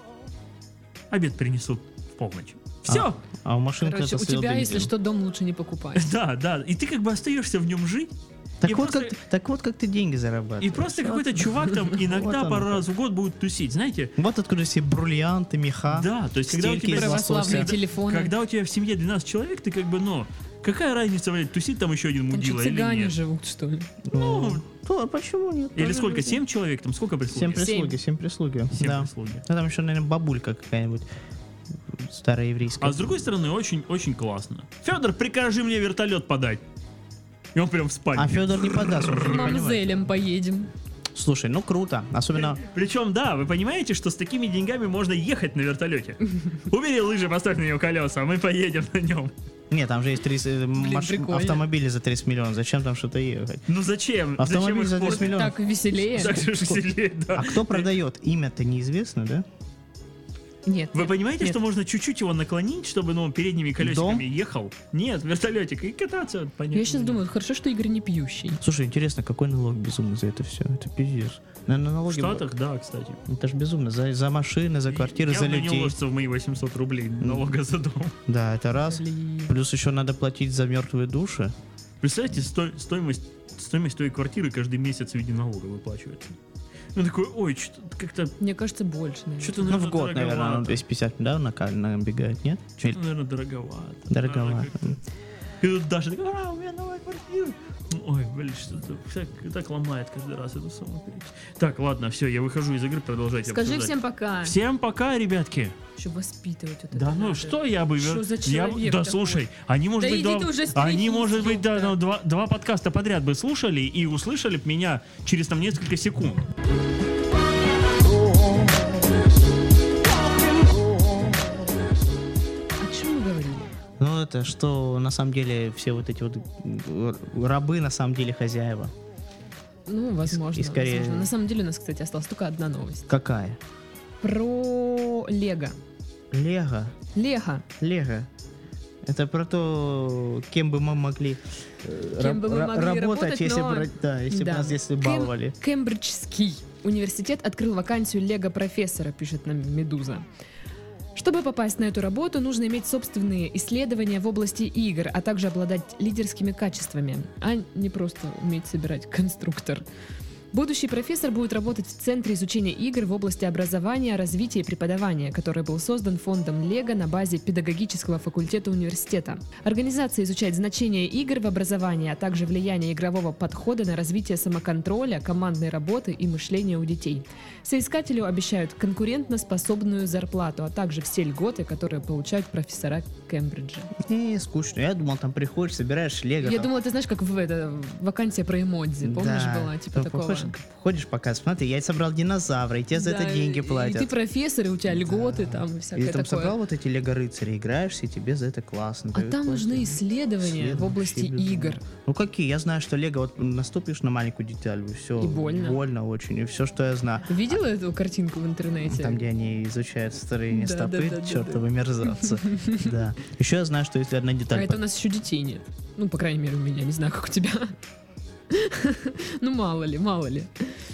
Обед принесут в полночь. Все! А у машинки Короче, это у тебя, следует если бензин. что, дом лучше не покупать. Да. И ты как бы остаешься в нем жить. Так И вот, просто- так вот как ты деньги зарабатываешь. И просто Вот. какой-то чувак там Вот иногда оно пару как. раз в год будет тусить. Знаете, Вот откуда все бриллианты, меха. да, то есть когда у стельки тебя из Православные лосося. телефоны. Когда у тебя в семье 12 человек, ты как бы, какая разница, блядь, тусить там еще один Там мудила что, или цыгане нет? живут, что ли? Ну, То, почему нет? или Тоже сколько, люди. 7 человек, там сколько прислуги? 7 прислуги. 7 Да. прислуги. Ну, там еще, наверное, бабулька какая-нибудь староеврейская. А с другой стороны, очень-очень классно. Федор, прикажи мне вертолет подать. И он прям в спальне. А Федор не подаст, он же не понимает. Мамзелем поедем. Слушай, ну круто. Особенно... Причем, да, вы понимаете, что с такими деньгами можно ехать на вертолете. Убери лыжи, поставь на него колеса, а мы поедем на нем. Нет, там же есть прикольно. автомобили за 30 миллионов. Зачем там что-то ехать? Ну зачем? Автомобиль за Зачем их 10 миллионов. Так веселее. Так же веселее, да. А кто продает? Имя-то неизвестно, да? Нет. Вы нет, понимаете, нет. что можно чуть-чуть его наклонить, чтобы он передними колесиками ехал? Нет, вертолетик, и кататься, понятно. Я сейчас думаю, хорошо, что Игорь не пьющий. Слушай, интересно, какой налог безумный за это все? Это пиздец. Наверное, В налоги... Штатах, да, кстати. Это ж безумно. За машины, за квартиры, за Явно не людей. уложится в мои 800 рублей налога за дом. Да, это раз. Блин. Плюс еще надо платить за мертвые души. Представляете, стоимость твоей квартиры каждый месяц в виде налога выплачивается. Ну такой, ой, что-то как-то, Мне кажется, больше, наверное. что-то, Ну, наверное, в год, наверное, дороговато. 250, да, набегает, нет? Что-то, наверное, дороговато. Дороговато. Надо как-то. И тут Даша такая, у меня новая квартира. Ой, блин, что-то так ломает каждый раз эту самую перечь. Так, ладно, все, я выхожу из игры, продолжайте Скажи обсуждать. всем пока. Всем пока, ребятки. Еще воспитывать вот это Да, ну надо. что я бы... Что за я, человек да, такой? слушай, они, может Да быть, иди ты уже они, может быть, да, ёпта. два подкаста подряд бы слушали и услышали б меня через там несколько секунд. это, что на самом деле все вот эти вот рабы на самом деле хозяева. Ну, возможно. И скорее- возможно. На самом деле у нас, кстати, осталась только одна новость. Какая? Про Лего. Лего. Лего. Это про то, кем бы мы могли, Кем бы мы могли работать, если но- бы, если бы Да. нас если баловали. Кембриджский университет открыл вакансию Лего-профессора, пишет нам Медуза. Чтобы попасть на эту работу, нужно иметь собственные исследования в области игр, а также обладать лидерскими качествами, а не просто уметь собирать конструктор. Будущий профессор будет работать в Центре изучения игр в области образования, развития и преподавания, который был создан фондом Лего на базе педагогического факультета университета. Организация изучает значение игр в образовании, а также влияние игрового подхода на развитие самоконтроля, командной работы и мышления у детей. Соискателю обещают конкурентноспособную зарплату, а также все льготы, которые получают профессора Кембриджа. Не, скучно. Я думал, там приходишь, собираешь лего. Я там. думала, ты знаешь, как вакансия про эмодзи, помнишь, Да. была? Типа Там такого. ходишь пока, смотри, я собрал динозавра, и тебе за это Да, деньги и платят. ты профессор, и у тебя льготы там и И всякое ты там такое. собрал вот эти лего-рыцари, играешься, и тебе за это классно. А Ты там выходишь, нужны и- исследования в области вообще безумно. игр. Ну какие? Я знаю, что лего, вот наступишь на маленькую деталь, все. И больно. Больно очень, и все, что я знаю. Видела эту картинку в интернете? Там, где они изучают строение Да, стопы, да, да, чертовы мерзавцы. Да. Еще я знаю, что если одна А деталь... это у нас еще детей нет. Ну, по крайней мере, у меня. Не знаю, как у тебя. Ну, мало ли, мало ли.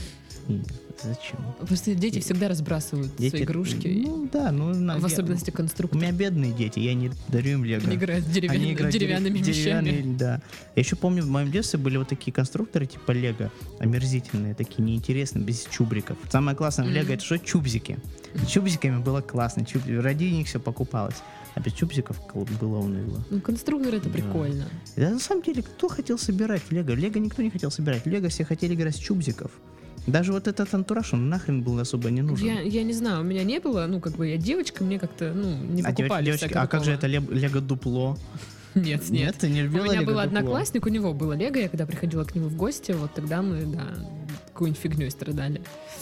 Зачем? Просто дети всегда разбрасывают свои игрушки. Ну да, В особенности У конструкторы. меня бедные дети, я не дарю им лего. Они играют с Они играют деревянными деревянные, вещами. да. Я еще помню, в моем детстве были вот такие конструкторы типа лего, омерзительные, такие неинтересные, без чубриков. Самое классное в лего это что? Чубзики. С чубзиками было классно. Ради них все покупалось. А без чубзиков было уныло. Ну, конструктор это Да. прикольно. Да, на самом деле, кто хотел собирать лего? Лего никто не хотел собирать. Лего все хотели играть с чубзиков. Даже вот этот антураж, он нахрен был особо не нужен. Я не знаю, у меня не было, ну, как бы я девочка, мне как-то, ну, не покупали девочки, всякого как же такого. это лего дупло? Нет. Ты не У любила меня лего был дупло? одноклассник, у него было лего, я когда приходила к нему в гости, вот тогда мы, да, какой-нибудь фигней страдали.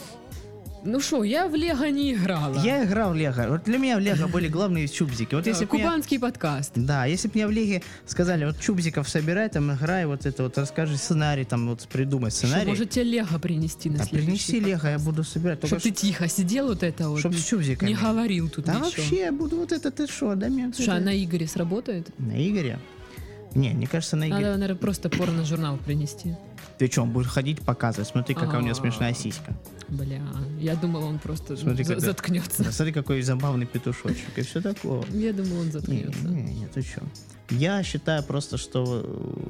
Ну что, я в лего не играла. Я играл в лего. Вот для меня в лего были главные чубзики. Вот если б мне- Кубанский подкаст. Да, если бы мне в лиге сказали, вот чубзиков собирай, там играй, вот это вот расскажи сценарий, там вот придумай Что, сценарий. может тебе лего принести на Да следующий принеси лего, я буду собирать. Только Чтоб ты тихо сидел вот это вот, чтоб с чубзиками. не говорил тут Да ничего. вообще, я буду вот это, ты что, да мне... Слушай, а на Игоре сработает? На Игоре? Не, мне кажется, на Игоре... Надо, наверное, просто порно-журнал принести. Ты что, он будет ходить показывать, смотри, какая у него смешная сиська. Бля, я думала, он просто Смотри, когда- заткнется. Да, смотри, какой забавный петушочек и все такое. Я думала, он Не, заткнется. не, ты что? Я считаю просто, что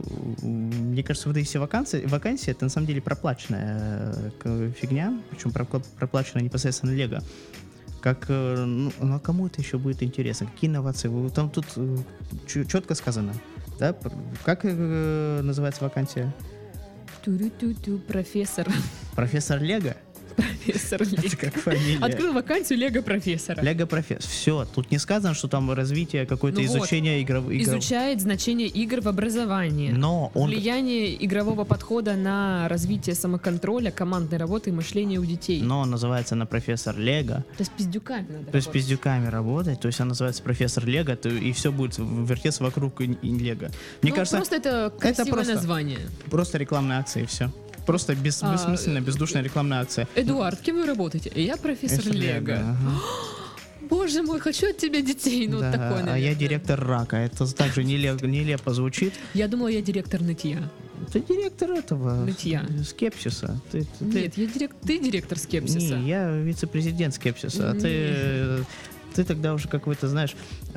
мне кажется, вот эти все вакансии это на самом деле проплаченная фигня, причем проплаченная непосредственно Лего. Как, ну а кому это еще будет интересно? Какие инновации? Там тут четко сказано, да? Как называется вакансия? Ту-ру-ту-ту, профессор. Профессор Лего? Профессор Это Лего. как фамилия. Открыл вакансию Лего-профессора. Лего профессор. Все, тут не сказано, что там развитие, какое-то Ну вот, изучение Изучает значение игр в образовании. Но он... Влияние игрового подхода на развитие самоконтроля, командной работы и мышления у детей. Но он называется на профессор Лего. То есть пиздюками надо То есть работать. пиздюками работать, то есть он называется профессор Лего, и все будет вертеться вокруг и Лего. Мне Ну, кажется, просто это красивое просто- название. просто рекламная акция и все. Просто бессмысленная, бездушная рекламная акция. Эдуард, кем вы работаете? Я профессор Лего. ага. Боже мой, хочу от тебя детей. Ну, Да, вот такое, а я наверное. директор рака. Это также нелепо звучит. Я думала, я директор нытья. Ты директор этого Нытья. скепсиса. Ты- Нет, ты директор скепсиса. Не, я вице-президент скепсиса, а ты тогда уже какой-то, знаешь,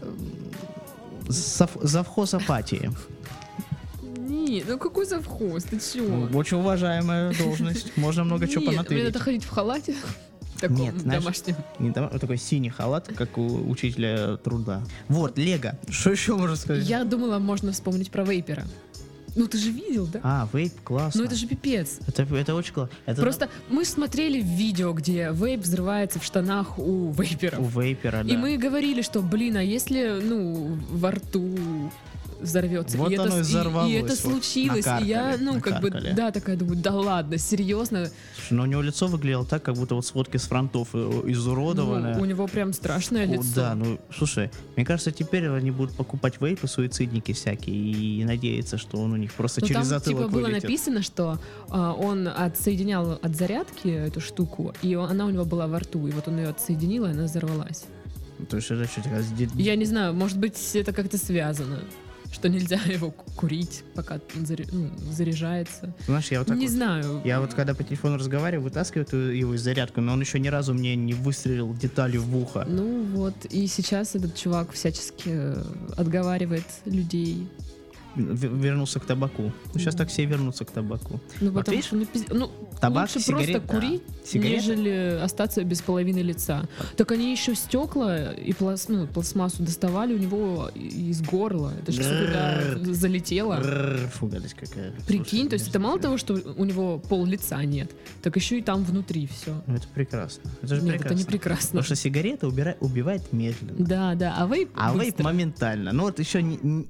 завхоз апатии. Не, ну какой завхоз, ты чё? Очень уважаемая должность. Можно много чего Нет, мне понатырить. надо ходить в халате. Таком Нет, знаешь, домашнем. Не вот такой синий халат, как у учителя труда. Вот, Лего. Что еще можно сказать? Я думала, можно вспомнить про вейпера. Ну ты же видел, да? А, вейп, классно. Ну это же пипец. Это очень классно. Это Просто мы смотрели видео, где вейп взрывается в штанах у вейперов. у вейпера, да. И мы говорили, что, блин, а если, ну, во рту взорвется. Вот оно и взорвалось, и это вот, случилось. И я, накаркали. да, такая думаю, да ладно, серьезно. Слушай, но у него лицо выглядело так, как будто вот с фотки с фронтов изуродованное. У него прям страшное лицо. Да, слушай, мне кажется, теперь они будут покупать вейпы, суицидники всякие, и надеяться, что он у них просто через там затылок типа было вылетит. написано, что он отсоединял от зарядки эту штуку, и она у него была во рту, и вот он ее отсоединил, и она взорвалась. То есть это что, Я не знаю, может быть, это как-то связано, что нельзя его курить, пока он заряжается. Знаешь, я вот так Не вот, знаю. я вот когда по телефону разговариваю, вытаскиваю его из зарядку, но он еще ни разу мне не выстрелил деталью в ухо. Ну вот, и сейчас этот чувак всячески отговаривает людей. Вернулся к табаку. Сейчас так все вернутся к табаку. Ну, Вот потому видишь, что табак, лучше сигарет, просто курить, да. Сигареты? нежели остаться без половины лица. Так они еще стекла и пластмассу доставали у него из горла. Это же все туда залетело. Фу, гадость какая. Прикинь, Слушай, то есть это мало того, что у него пол лица нет, так еще и там внутри все. Ну, это прекрасно. Это же Нет, прекрасно. это не прекрасно. Потому что сигарета убивает медленно. Да, а вейп А вейп быстро. моментально. Ну вот еще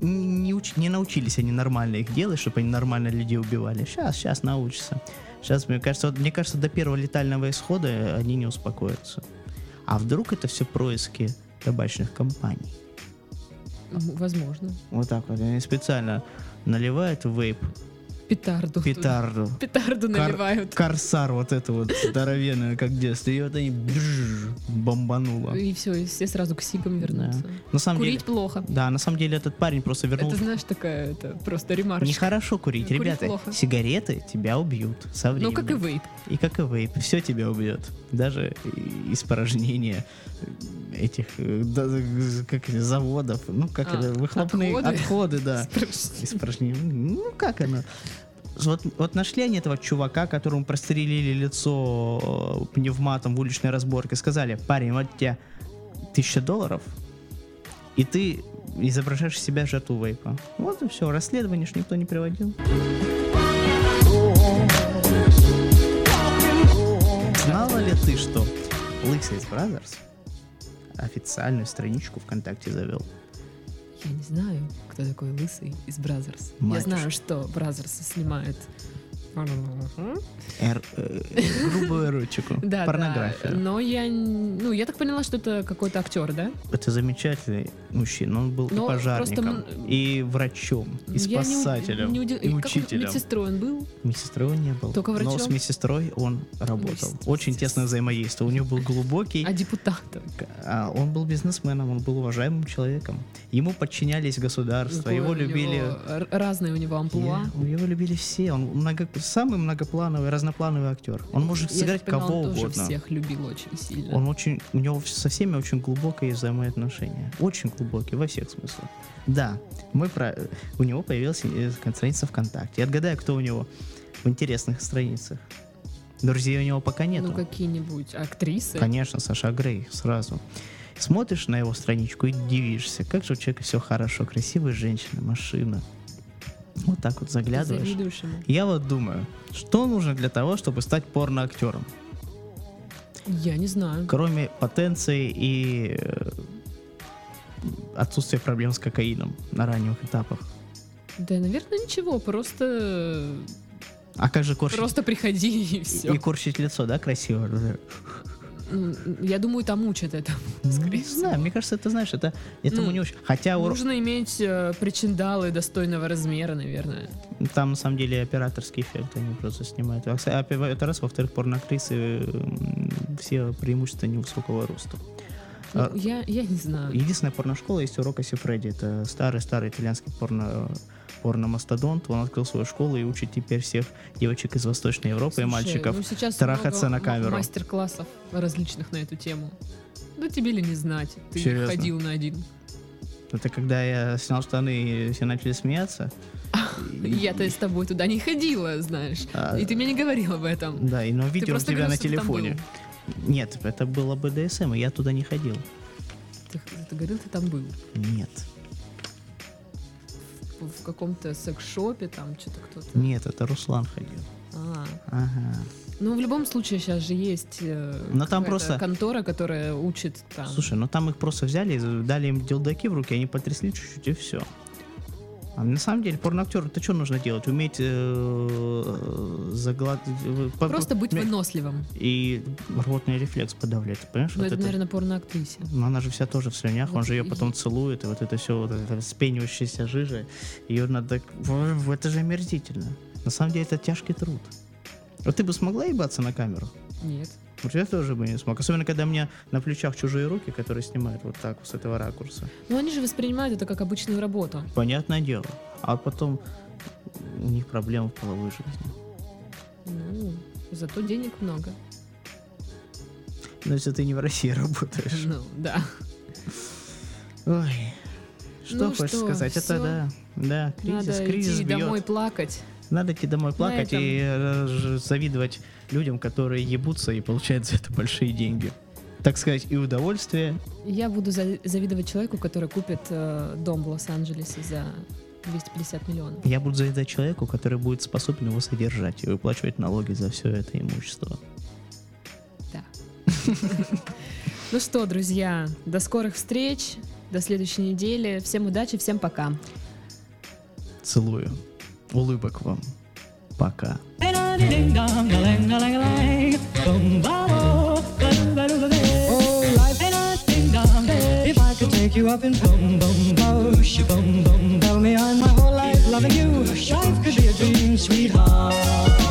не научились они нормально их делать, чтобы они нормально людей убивали. Сейчас научатся. Сейчас, мне кажется, до первого летального исхода они не успокоятся. А вдруг это все происки табачных компаний? Возможно. Вот так вот. Они специально наливают в вейп Петарду. петарду. Петарду наливают. Корсар вот это вот здоровенное, как в детстве. И вот они бомбануло. И все, и все сразу к сигам вернутся. На самом Курить деле, плохо. да, на самом деле этот парень просто вернулся. Это, знаешь, такая, это просто ремарочка. Нехорошо курить, Курить ребята. плохо. Сигареты тебя убьют со временем. Ну, как и вейп. И как и вейп. Все тебя убьет. Даже испражнение этих как это, заводов. Ну, как это, выхлопные отходы, да. Испражнения. Ну, как оно? Вот нашли они этого чувака, которому прострелили лицо пневматом в уличной разборке. Сказали: парень, вот у тебя $1000, и ты изображаешь себя жертву вейпа. Вот и все. Расследование ж никто не приводил. Знала ли ты, что Lysy Brothers официальную страничку ВКонтакте завел? Я не знаю, кто такой Лысый из Бразерс. Я Матюшка. знаю, что Бразерс снимает Грубую эротику. да, Порнографию. но я так поняла, что это какой-то актер, да? Это замечательный мужчина. Он был и Но пожарником, просто и врачом, и Я не спасателем, и Как учителем. медсестрой он был? Медсестрой он не был. Только врачом? Но с медсестрой он работал. Очень тесное взаимодействие. У него был глубокий... А депутатом? Он был бизнесменом, он был уважаемым человеком. Ему подчинялись государства, его любили... Разные у него амплуа. Его любили все. Он самый многоплановый, разноплановый актер. Он может сыграть Я так понимаю, кого он тоже угодно. всех любил очень сильно. У него со всеми очень глубокие взаимоотношения. Очень глубокие, во всех смыслах. Да, у него появилась страница ВКонтакте. Я отгадаю, кто у него в интересных страницах. Друзей у него пока нету. Ну, какие-нибудь актрисы. Конечно, Саша Грей сразу. Смотришь на его страничку и дивишься, как же у человека все хорошо. Красивая женщина, машина. Вот так вот Ты заглядываешь. завидуешь ему. Я вот думаю, что нужно для того, чтобы стать порноактером? Я не знаю. Кроме потенции и отсутствия проблем с кокаином на ранних этапах. Да, наверное, ничего. Просто А как же корчить? Просто приходи и все. И корчить лицо, да, красиво? Я думаю, там учат это. Не знаю, мне кажется, это, знаешь, этому не очень. Хотя Нужно иметь причиндалы достойного размера, наверное. там на самом деле операторский эффект, они просто снимают. Это раз, во-вторых, порноактрисы все преимущества невысокого роста. Ну, я не знаю. Единственная порношкола есть у Рокко Сиффреди. Это старый итальянский порномастодонт. Он открыл свою школу и учит теперь всех девочек из Восточной Европы и мальчиков сейчас трахаться много на камеру. мастер-классов различных на эту тему. Да тебе ли не знать? Ты Серьезно? ходил на один. Это когда я снял штаны и все начали смеяться. Я-то с тобой туда не ходила, знаешь. И ты мне не говорил об этом. Да, но видео у просто тебя говорил, на что ты там телефоне. Нет, это было БДСМ, и я туда не ходил. Ты говорил, ты там был. Нет. В каком-то секс-шопе там что-то кто-то. Нет, это Руслан ходил. Ага. Ну, в любом случае, сейчас же есть Но там какая-то просто- контора, которая учит там. Слушай, ну там их просто взяли, дали им дилдаки в руки, они потрясли чуть-чуть и все. А на самом деле, порноактеру это что нужно делать? Уметь Просто быть выносливым. И рвотный рефлекс подавлять, понимаешь? Ну, Вот это, наверное, порноактрисе. Но она же вся тоже в слюнях, он Вот же ее и- потом целует, и вот это все, вот это спенивающаяся жижа, ее надо... Это же омерзительно. На самом деле это тяжкий труд. Вот ты бы смогла ебаться на камеру? Нет. Вот я тоже бы не смог. Особенно, когда у меня на плечах чужие руки, которые снимают вот так, вот с этого ракурса. Но они же воспринимают это как обычную работу. Понятное дело. А потом у них проблемы в половой жизни. Ну, зато денег много. Но если ты не в России работаешь. Ну, да. Ой. Что Ну хочешь что, сказать? всё. Это да, Надо кризис идти бьет. домой плакать. Надо идти домой плакать этом. и завидовать людям, которые ебутся и получают за это большие деньги. Так сказать, и удовольствие. Я буду завидовать человеку, который купит дом в Лос-Анджелесе за 250 миллионов. Я буду завидовать человеку, который будет способен его содержать и выплачивать налоги за все это имущество. Да. Ну что, друзья, до скорых встреч, до следующей недели. Всем удачи, всем пока. Целую. Улыбок вам. Пока. Oh, life ain't a ding dong. If I could take you up in boom boom boom, boom boom, tell me I'm my whole life loving you. Life could be a dream, sweetheart.